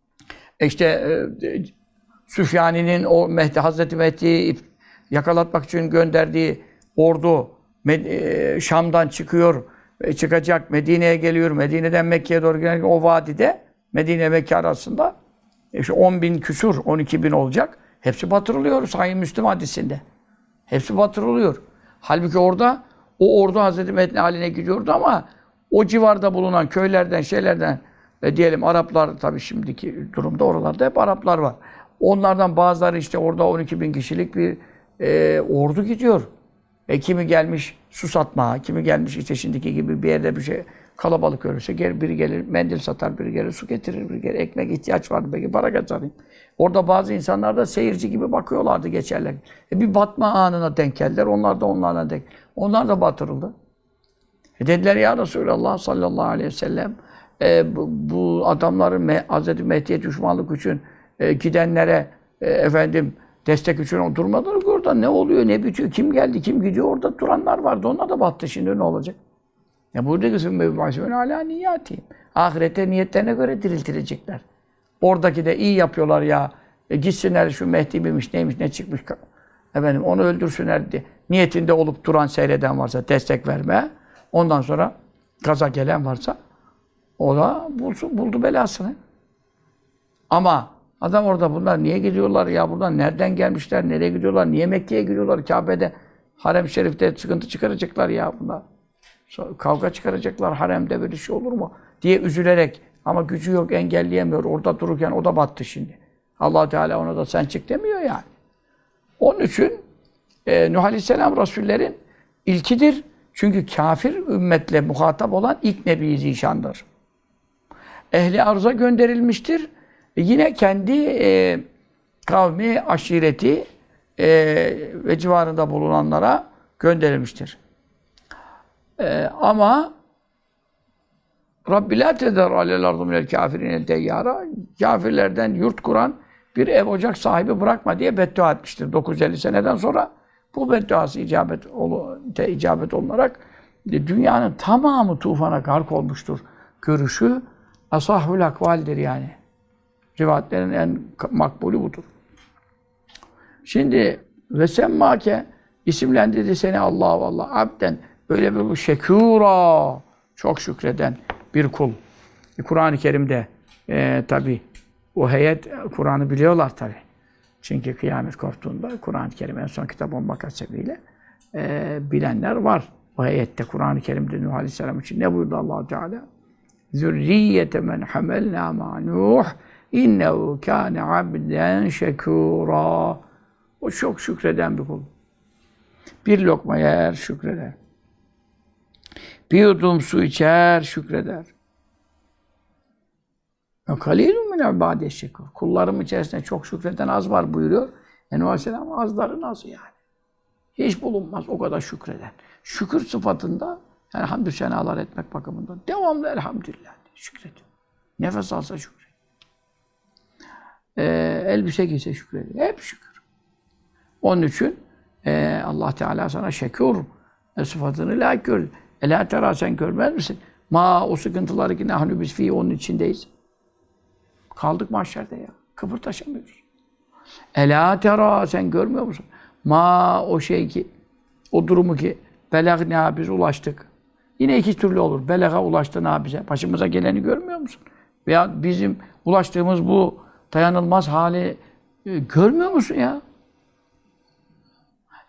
Süfyani'nin o Hazreti Mehdi'yi yakalatmak için gönderdiği ordu Şam'dan çıkıyor, çıkacak, Medine'ye geliyor. Medine'den Mekke'ye doğru gelen o vadide, Medine Mekke arasında 10 bin küsur, 12 bin olacak. Hepsi batırılıyor Sahih Müslim hadisinde. Hepsi batırılıyor. Halbuki orada o ordu Hazreti Mehdi haline gidiyordu ama o civarda bulunan köylerden, şeylerden diyelim Araplar, tabii şimdiki durumda oralarda hep Araplar var. Onlardan bazıları işte orada 12 bin kişilik bir ordu gidiyor. Kimi gelmiş su satmaya, kimi gelmiş işte şimdiki gibi bir yerde bir şey kalabalık görürse biri gelir mendil satar, biri gelir su getirir, biri gelir ekmek ihtiyaç vardı belki para kazanayım. Orada bazı insanlar da seyirci gibi bakıyorlardı geçerler. Bir batma anına denk geldiler, onlar da onlarla denk. Onlar da batırıldı. Dediler ya Resulallah sallallahu aleyhi ve sellem bu adamların Hazreti Mehdi'ye düşmanlık için gidenlere destek için durmadılar ki orada. Ne oluyor, ne bitiyor, kim geldi, kim gidiyor, orada duranlar vardı. Onlar da battı, şimdi ne olacak? Burada kısım mevbâsûne alâ niyyâtihim. Ahirette niyetlerine göre diriltilecekler. Oradaki de iyi yapıyorlar ya. Gitsinler şu Mehdi miymiş, neymiş, ne çıkmış. Onu öldürsünler diye. Niyetinde olup duran, seyreden varsa destek vermeye. Ondan sonra gaza gelen varsa o da buldu belasını. Ama adam orada bunlar niye gidiyorlar ya? Buradan nereden gelmişler? Nereye gidiyorlar? Niye Mekke'ye gidiyorlar? Kabe'de, Harem-i Şerif'te sıkıntı çıkaracaklar ya bunlar. Kavga çıkaracaklar. Haremde böyle şey olur mu? Diye üzülerek ama gücü yok, engelleyemiyor. Orada dururken o da battı şimdi. Allah Teala ona da sen çık demiyor yani. Onun için Nuh Aleyhisselam Resullerin ilkidir. Çünkü kafir ümmetle muhatap olan ilk Nebi Zişan'dır. Ehli arza gönderilmiştir. Yine kendi kavmi, aşireti ve civarında bulunanlara gönderilmiştir. Ama Rabbi la teder alel ardu minel kafirine deyyara, kafirlerden yurt kuran bir ev ocak sahibi bırakma diye beddua etmiştir 950 seneden sonra. Bu bedduası icabet olunarak dünyanın tamamı tufana gark olmuştur. Görüşü asahhul akvaldir yani. Rivayetlerin en makbulü budur. Şimdi ve semmâke isimlendirdi seni Allah vallahi abden böyle bir şekûrâ çok şükreden bir kul. Kur'an-ı Kerim'de tabi o heyet Kur'an'ı biliyorlar tabi. Çünkü kıyamet korktuğunda Kur'an-ı Kerim en son kitap olmak hasebiyle bilenler var. O heyette Kur'an-ı Kerim'de Nuh Aleyhisselam için ne buyurdu Allah Teala? Zürriyete men hamelnâ ma Nuh innehu kâne abden şekûrâ. O çok şükreden bir kul. Bir lokma yer, şükreder. Bir yudum su içer, şükreder. Kalîlun min ibâdiyes şekûr. Kullarım içerisinde çok şükreden az var buyuruyor. Nuh Aleyhisselam azların azı yani. Hiç bulunmaz o kadar şükreden. Şükür sıfatında yani hamdü senalar etmek bakımından devamlı elhamdülillah şükrediyor. Nefes alsa şükrediyor. Elbise giyse şükrediyor. Hep şükür. Onun için Allah Teala sana şekûr sıfatını layık gör. Elâ terâ sen görmez misin? O sıkıntıları ki nahnu biz fî onun içindeyiz. Kaldık mahşerde ya. Kıpırtaşamıyoruz. Elâ terâ sen görmüyor musun? O şey ki, o durumu ki belâgnâ biz ulaştık. Yine iki türlü olur. Belaga ulaştığına bize. Başımıza geleni görmüyor musun? Veya bizim ulaştığımız bu dayanılmaz hali görmüyor musun ya?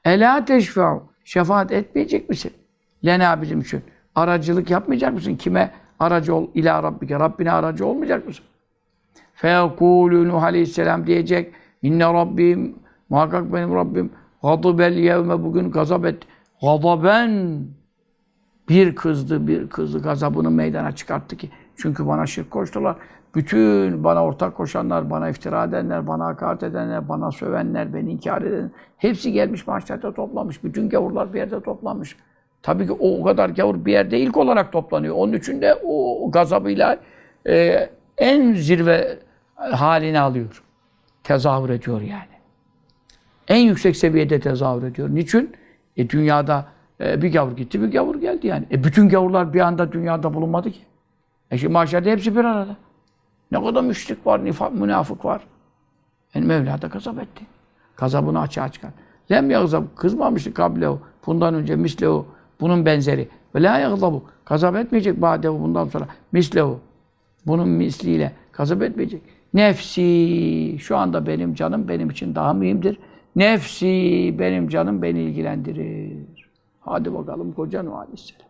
Ela teşfe'u. Şefaat etmeyecek misin? Lena bizim için. Aracılık yapmayacak mısın? Kime aracı ol? İlâ Rabbike. Rabbine aracı olmayacak mısın? Feyekûlû Nuh Aleyhisselam diyecek. İnne Rabbim, muhakkak benim Rabbim gadibel yevme, bugün gazap et. Gadaben, bir kızdı gazabını meydana çıkarttı ki. Çünkü bana şirk koştular. Bütün bana ortak koşanlar, bana iftira edenler, bana hakaret edenler, bana sövenler, beni inkar edenler, hepsi gelmiş mahşerde toplanmış. Bütün gavurlar bir yerde toplanmış. Tabii ki o kadar gavur bir yerde ilk olarak toplanıyor. Onun için de o gazabıyla en zirve halini alıyor. Tezahür ediyor yani. En yüksek seviyede tezahür ediyor. Niçin? Dünyada bir gavur gitti, bir gavur geldi yani. Bütün gavurlar bir anda dünyada bulunmadı ki. Şimdi mahşerde hepsi bir arada. Ne kadar müşrik var, münafık var. Yani Mevla da gazap etti. Gazabını açığa çıkar. Lem yagzab, kızmamıştı kablehu. Bundan önce mislehu, bunun benzeri. Ve la yagzabu, gazap etmeyecek badehu, bundan sonra mislehu. Bunun misliyle gazap etmeyecek. Nefsi, şu anda benim canım benim için daha mühimdir. Nefsi, benim canım beni ilgilendirir. Hadi bakalım koca Nuh Aleyhisselam.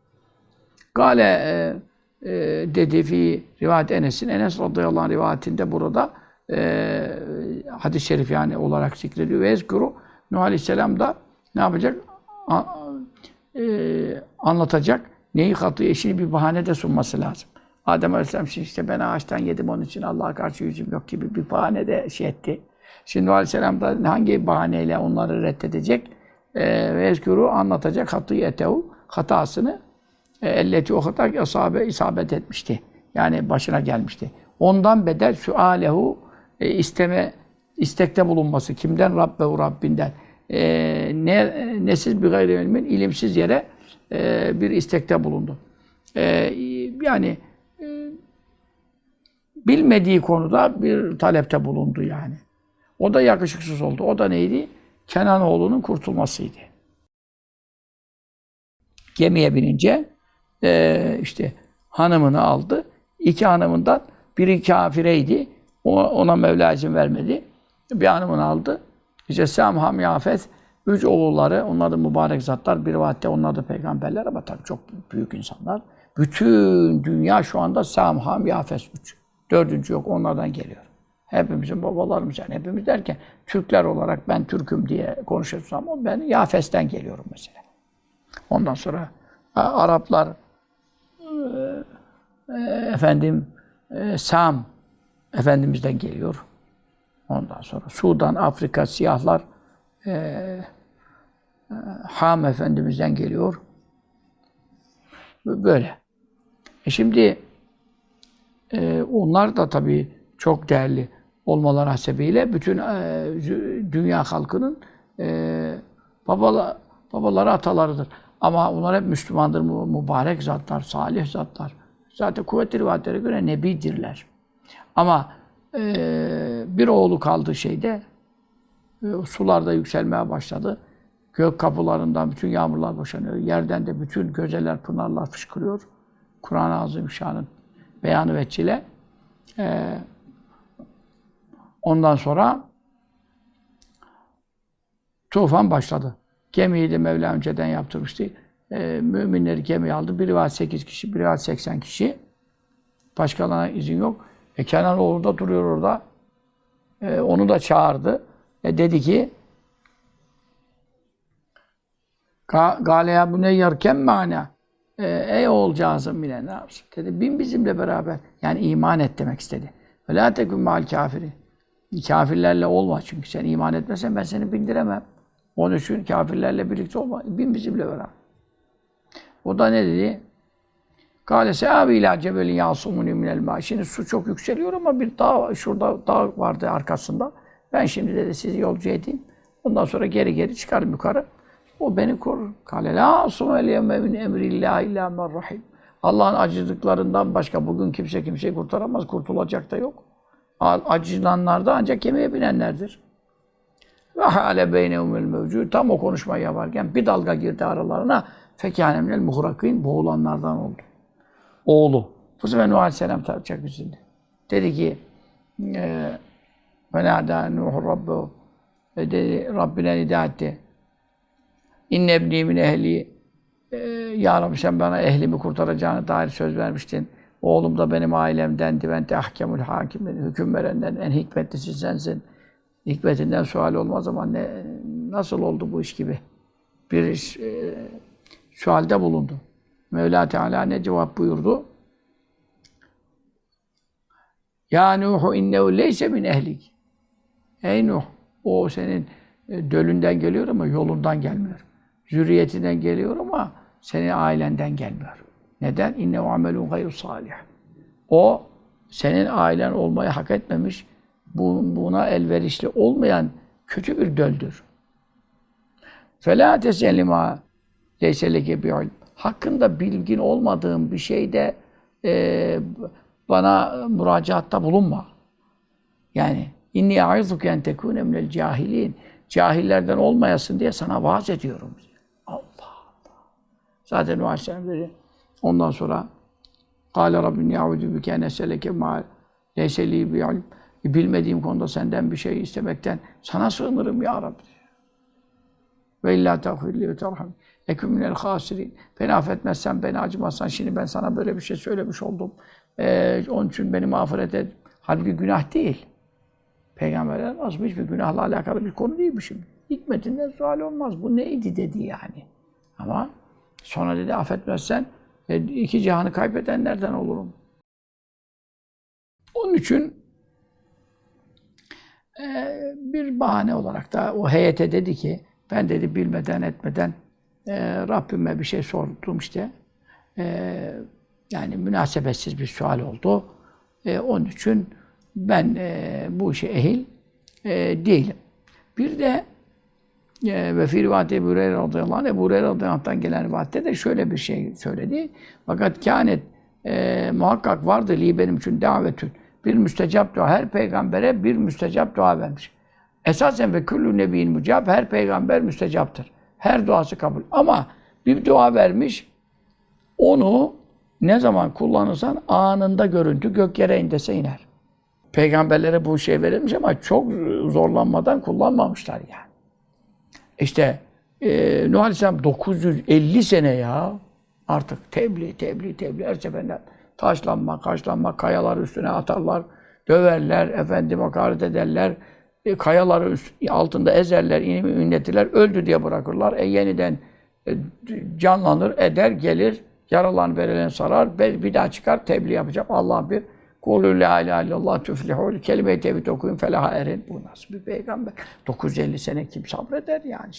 Gale dedi fi rivayet Enes'in. Enes radıyallahu anh rivayetinde burada hadis-i şerif yani olarak zikrediyor. Ve ezkuru Nuh Aleyhisselam da ne yapacak? Anlatacak. Neyi katı eşini bir bahane de sunması lazım. Adem Aleyhisselam işte ben ağaçtan yedim onun için Allah'a karşı yüzüm yok gibi bir bahane de etti. Şimdi Nuh Aleyhisselam da hangi bahaneyle onları reddedecek? Ve ezkuru anlatacak hatasını elleti o hata isabet etmişti. Yani başına gelmişti. Ondan bedel sualehu istekte bulunması. Kimden? Rabbehu, Rabbinden. Nesiz bir gayri ilmin, ilimsiz yere bir istekte bulundu. Yani bilmediği konuda bir talepte bulundu yani. O da yakışıksız oldu. O da neydi? Kenanoğlu'nun kurtulmasıydı. Gemiye binince işte hanımını aldı. İki hanımından biri kafireydi. Ona Mevla izin vermedi. Bir hanımını aldı. İşte Sam, Ham, Yafet, 3 oğulları, onlar da mübarek zatlar. Bir rivayette onlar da peygamberler ama tabii çok büyük insanlar. Bütün dünya şu anda Sam, Ham, Yafet 3. Dördüncü yok, onlardan geliyor. Hepimizin babalarımız yani. Hepimiz derken Türkler olarak ben Türk'üm diye konuşuyorsam ben Yafes'ten geliyorum mesela. Ondan sonra Araplar Sam Efendimiz'den geliyor. Ondan sonra Sudan, Afrika, siyahlar Ham Efendimiz'den geliyor. Böyle. Şimdi onlar da tabii çok değerli olmaları hasebiyle bütün dünya halkının babaları, atalarıdır. Ama onlar hep Müslümandır, mübarek zatlar, salih zatlar. Zaten kuvvetli rivayetlere göre nebidirler. Ama bir oğlu kaldı şeyde, sularda yükselmeye başladı. Gök kapılarından bütün yağmurlar boşanıyor. Yerden de bütün gözeler, pınarlar fışkırıyor. Kur'an-ı Azimüşşan'ın beyanı veçile. Ondan sonra tufan başladı. Gemiyi de Mevla önceden yaptırmıştı. Müminleri gemiye aldı. Bir rivayet 8 kişi, bir rivayet 80 kişi. Başkalarına izin yok. Kenanoğlu da duruyor orada. Onu da çağırdı. Dedi ki Gâleya bu ne yerken mana. Ey oğulcağızım bile ne yapsın? Dedi bin bizimle beraber. Yani iman et demek istedi. Ve lâ tekun mâl kâfiri. Kâfirlerle olma çünkü sen iman etmezsen ben seni bindiremem. Onun için kâfirlerle birlikte olma. Bin bizimle beraber. O da ne dedi? Kâle seâbi ilâ cebelin yâsumuni minel mâ. Şimdi su çok yükseliyor ama bir dağ, şurada dağ vardı arkasında. Ben şimdi dedi sizi yolcu edeyim. Ondan sonra geri çıkarım yukarı. O beni korur. Kâle lâ asumel yevme min emrillâhi illâ men rahim. Allah'ın acıdıklarından başka bugün kimse kimseyi kurtaramaz. Kurtulacak da yok. Acılanlar da ancak gemiye binenlerdir. Ve hâle beynehumul mevcûd. Tam o konuşmayı yaparken bir dalga girdi aralarına. Fekâne minel muhrakîn. Boğulanlardan oldu. Oğlu. Bu sefer Nuh Aleyhisselam tartacak bizimle. Dedi ki ve nâdâ Nuh Rabbehu. Dedi Rabbine nida etti. İnne ebni min ehli. Ya Rabbi sen bana ehlimi kurtaracağına dair söz vermiştin. Oğlum da benim ailemdendi. Ben de ahkemul hakimin. Hüküm verenden en hikmetlisi sensin. Hikmetinden sual olmaz ama nasıl oldu bu iş gibi? Bir iş, sualde bulundu. Mevla Teala ne cevap buyurdu? Ya Nuh innehu leyse min ehlik. Ey Nuh, o senin dölünden geliyor ama yolundan gelmiyor. Zürriyetinden geliyor ama senin ailenden gelmiyor. Neden? İnnehu amelun gayru salih. O senin ailen olmayı hak etmemiş, buna elverişli olmayan kötü bir döldür. فَلَا تَسْأَلِ مَا لَيْسَ لَكَ بِعِلْمٍ. Hakkında bilgin olmadığın bir şeyde bana müracaatta bulunma. Yani inni a'izuke en tekune minel cahilin. Cahillerden olmayasın diye sana vaaz ediyorum. Allah Allah. Zaten o Aleyhisselam dedi. Ondan sonra Kâle Rabbim ya'udu bike en eseleke mâ leyse li bi'ilm. Bilmediğim konuda senden bir şey istemekten sana sığınırım ya Rabbi. Ve illâ tağfirli ve terham. Ekûm minel hâsirin. Beni affetmezsen, beni acımazsan, şimdi ben sana böyle bir şey söylemiş oldum. Onun için beni mağfiret et. Halbuki günah değil. Peygamberler nasıl hiçbir günahla alakalı bir konu değil bu şimdi. Hikmetinden sual olmaz. Bu neydi dedi yani. Ama sonra dedi affetmezsen iki cihanı kaybedenlerden olurum. Onun için bir bahane olarak da o heyete dedi ki ben dedi bilmeden etmeden Rabbime bir şey sordum işte. Yani münasebetsiz bir sual oldu. Onun için ben bu işe ehil değilim. Bir de ve fi rivayet Ebu Hureyre radıyallahu anh, Ebu Hureyre radıyallahu anh'tan gelen rivayette de şöyle bir şey söyledi. Fakat kânet muhakkak vardı li benim için davetün. Bir müstecap dua. Her peygambere bir müstecap dua vermiş. Esasen ve küllü nebiyyin mücab. Her peygamber müstecaptır. Her duası kabul. Ama bir dua vermiş. Onu ne zaman kullanırsan anında görüntü gök yere indese iner. Peygamberlere bu şey verilmiş ama çok zorlanmadan kullanmamışlar yani. İşte Nuh Aleyhisselam 950 sene ya artık tebliğ her seferinde taşlanma, kaşlanma, kayalar üstüne atarlar, döverler, efendim hakaret ederler, kayaları altında ezerler, inletirler, öldü diye bırakırlar. Yeniden canlanır, eder, gelir, yaralan verilen sarar, bir daha çıkar, tebliğ yapacağım. Allah bir Kulü la ilahe illallah tüflihul. Kelime-i tevhid okuyun felaha erin. Bu nasıl bir peygamber? 950 sene kim sabreder yani?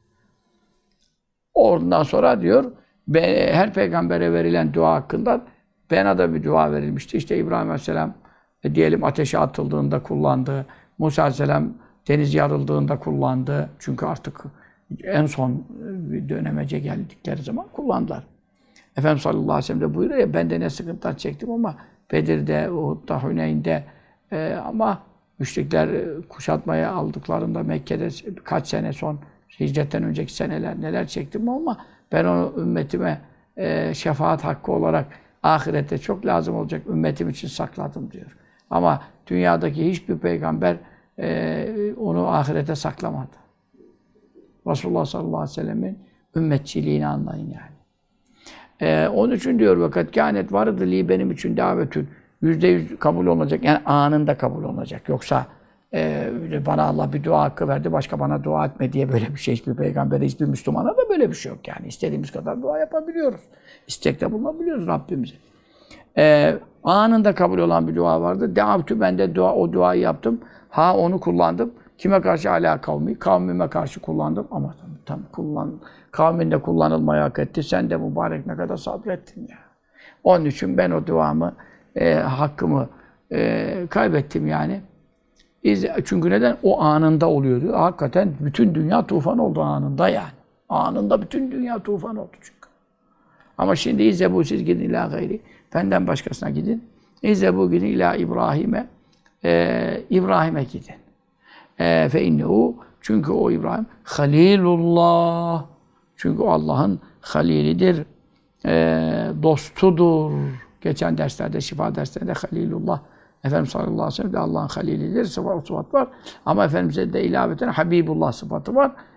Ondan sonra diyor, her peygambere verilen dua hakkında bana da bir dua verilmişti. İşte İbrahim Aleyhisselam diyelim ateşe atıldığında kullandı. Musa Aleyhisselam deniz yarıldığında kullandı. Çünkü artık en son bir dönemece geldikleri zaman kullandılar. Efendimiz sallallahu aleyhi ve sellem de buyuruyor ya, ben de ne sıkıntılar çektim ama Bedir'de, Uhud'da, Huneyn'de ama müşrikler kuşatmaya aldıklarında Mekke'de kaç sene son, hicretten önceki seneler neler çektim ama ben onu ümmetime şefaat hakkı olarak ahirette çok lazım olacak ümmetim için sakladım diyor. Ama dünyadaki hiçbir peygamber onu ahirete saklamadı. Resulullah sallallahu aleyhi ve sellemin ümmetçiliğini anlayın yani. Onun için diyor vakat kânet vardı li benim için davetün. %100 kabul olacak. Yani anında kabul olacak. Yoksa bana Allah bir dua hakkı verdi, başka bana dua etme diye böyle bir şey hiçbir peygambere, hiçbir Müslümana da böyle bir şey yok yani. İstediğimiz kadar dua yapabiliyoruz. İstekte bulunabiliyoruz Rabbimize. Anında kabul olan bir dua vardı. Deavtü, ben de o duayı yaptım. Onu kullandım. Kime karşı? Alâ kavmi. Kavmime karşı kullandım. Ama tam kavminde kullanılmayı hak etti. Sen de mübarek ne kadar sabrettin ya. Onun için ben o duamı, hakkımı kaybettim yani. Çünkü neden? O anında oluyordu. Hakikaten bütün dünya tufan oldu anında yani. Anında bütün dünya tufan oldu çünkü. Ama şimdi İzzebu, siz gidin ila gayri. Benden başkasına gidin. İzzebu gidin ila İbrahim'e. İbrahim'e gidin. Fe innehu, çünkü o İbrahim Halilullah. Çünkü Allah'ın halilidir. Dostudur. Geçen derslerde, şifa derslerinde Halilullah. Efendimiz sallallahu aleyhi ve sellem de Allah'ın halilidir. Sıfat var. Ama Efendimiz'e de ilaveten Habibullah sıfatı var.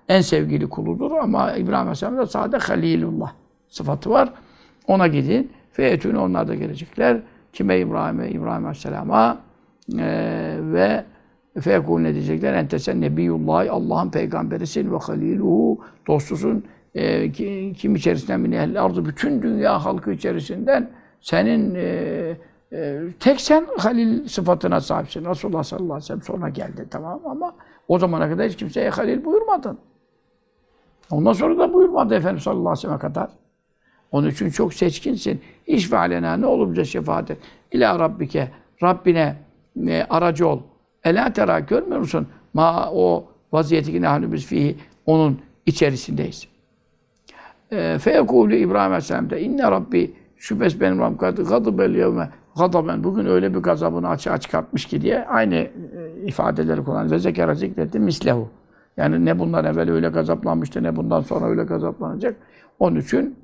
en sevgili kuludur ama İbrahim Aleyhisselam'da sadece Halilullah sıfatı var. Ona gidin. Feyetûne onlar da gelecekler. Kime? İbrahim Aleyhisselam'a ve feyekûne ne diyecekler? Ente sen Nebiyullah, Allah'ın peygamberisin ve haliluhu, dostusun. Kim içerisinden min ehl-i ardı, bütün dünya halkı içerisinden senin tek sen halil sıfatına sahipsin. Resulullah sallallahu aleyhi ve sellem sonra geldi, tamam, ama o zamana kadar hiç kimseye halil buyurmadın. Ondan sonra da buyurmadı Efendimiz sallallahu aleyhi ve sellem'e kadar. Onun için çok seçkinsin. İş ve alena, ne olur bize şefaat et. İlâ Rabbike, Rabbine aracı ol. Elâ terâ, görmüyor musun? O vaziyeti ki nâhnu biz fihi, onun içerisindeyiz. Feyekûlü İbrahim Aleyhisselam'da inne Rabbi, şüphesiz benim Rabbim gadibel yevme gadaben, bugün öyle bir gazabını açığa çıkartmış ki diye aynı ifadeleri kullanıyor. Ve zekâra zikretti mislehu. Yani ne bundan evvel öyle gazaplanmıştı, ne bundan sonra öyle gazaplanacak. Onun için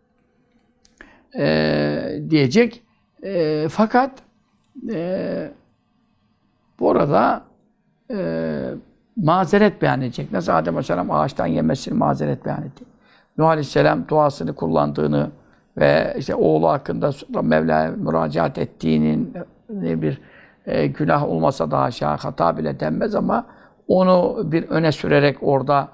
diyecek. Fakat bu arada mazeret beyan edecek. Nasıl Adem Aleyhisselam ağaçtan yemesini mazeret beyan etti. Nuh Aleyhisselam duasını kullandığını ve işte oğlu hakkında Mevla'ya müracaat ettiğinin bir günah olmasa da haşa, hata bile denmez ama onu bir öne sürerek orada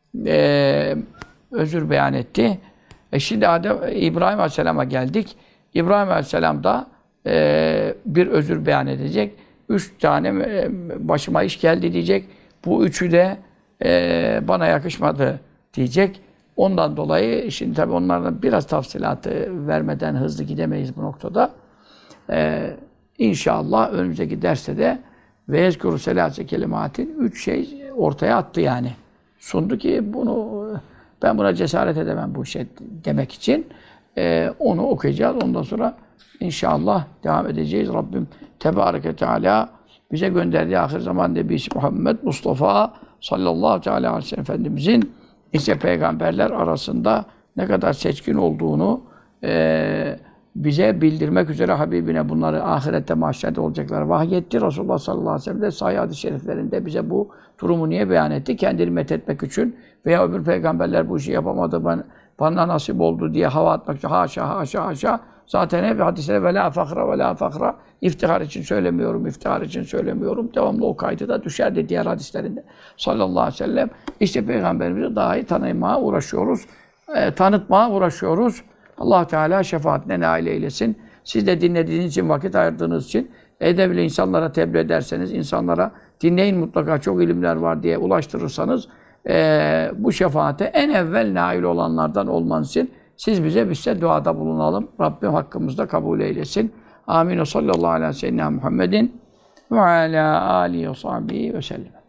özür beyan etti. Şimdi İbrahim Aleyhisselam'a geldik. İbrahim Aleyhisselam da bir özür beyan edecek. 3 tane başıma iş geldi diyecek. Bu üçü de bana yakışmadı diyecek. Ondan dolayı şimdi tabii onlardan biraz tafsilatı vermeden hızlı gidemeyiz bu noktada. İnşallah önümüzdeki derste de ve yezkuru selâse kelimatin 3 şey ortaya attı yani. Sundu ki bunu ben buna cesaret edemem bu işe demek için. Onu okuyacağız. Ondan sonra inşallah devam edeceğiz. Rabbim Tebareke Teala bize gönderdiği ahir zaman Nebisi Muhammed Mustafa sallallahu aleyhi ve sellem Efendimizin işte peygamberler arasında ne kadar seçkin olduğunu bize bildirmek üzere Habibine bunları ahirette mahşerde olacakları vahyetti. Resulullah sallallahu aleyhi ve sellem de sahih hadis-i şeriflerinde bize bu durumu niye beyan etti? Kendini methetmek için veya öbür peygamberler bu işi yapamadı, bana nasip oldu diye hava atmak için haşa. Zaten hep hadisleri ve la fakra iftihar için söylemiyorum. Devamlı o kaydı da düşerdi diğer hadislerinde. Sallallahu aleyhi ve sellem. İşte Peygamberimizi daha iyi tanımaya uğraşıyoruz. Tanıtmaya uğraşıyoruz. Allah Teala şefaatine nail eylesin. Siz de dinlediğiniz için, vakit ayırdığınız için edebli insanlara tebliğ ederseniz, insanlara dinleyin mutlaka çok ilimler var diye ulaştırırsanız bu şefaate en evvel nail olanlardan olmanız için biz size duada bulunalım. Rabbim hakkımızda kabul eylesin. Amin. Sallallahu aleyhi ve sellem Muhammedin ve ala alihi ve sahbihi ve sellem.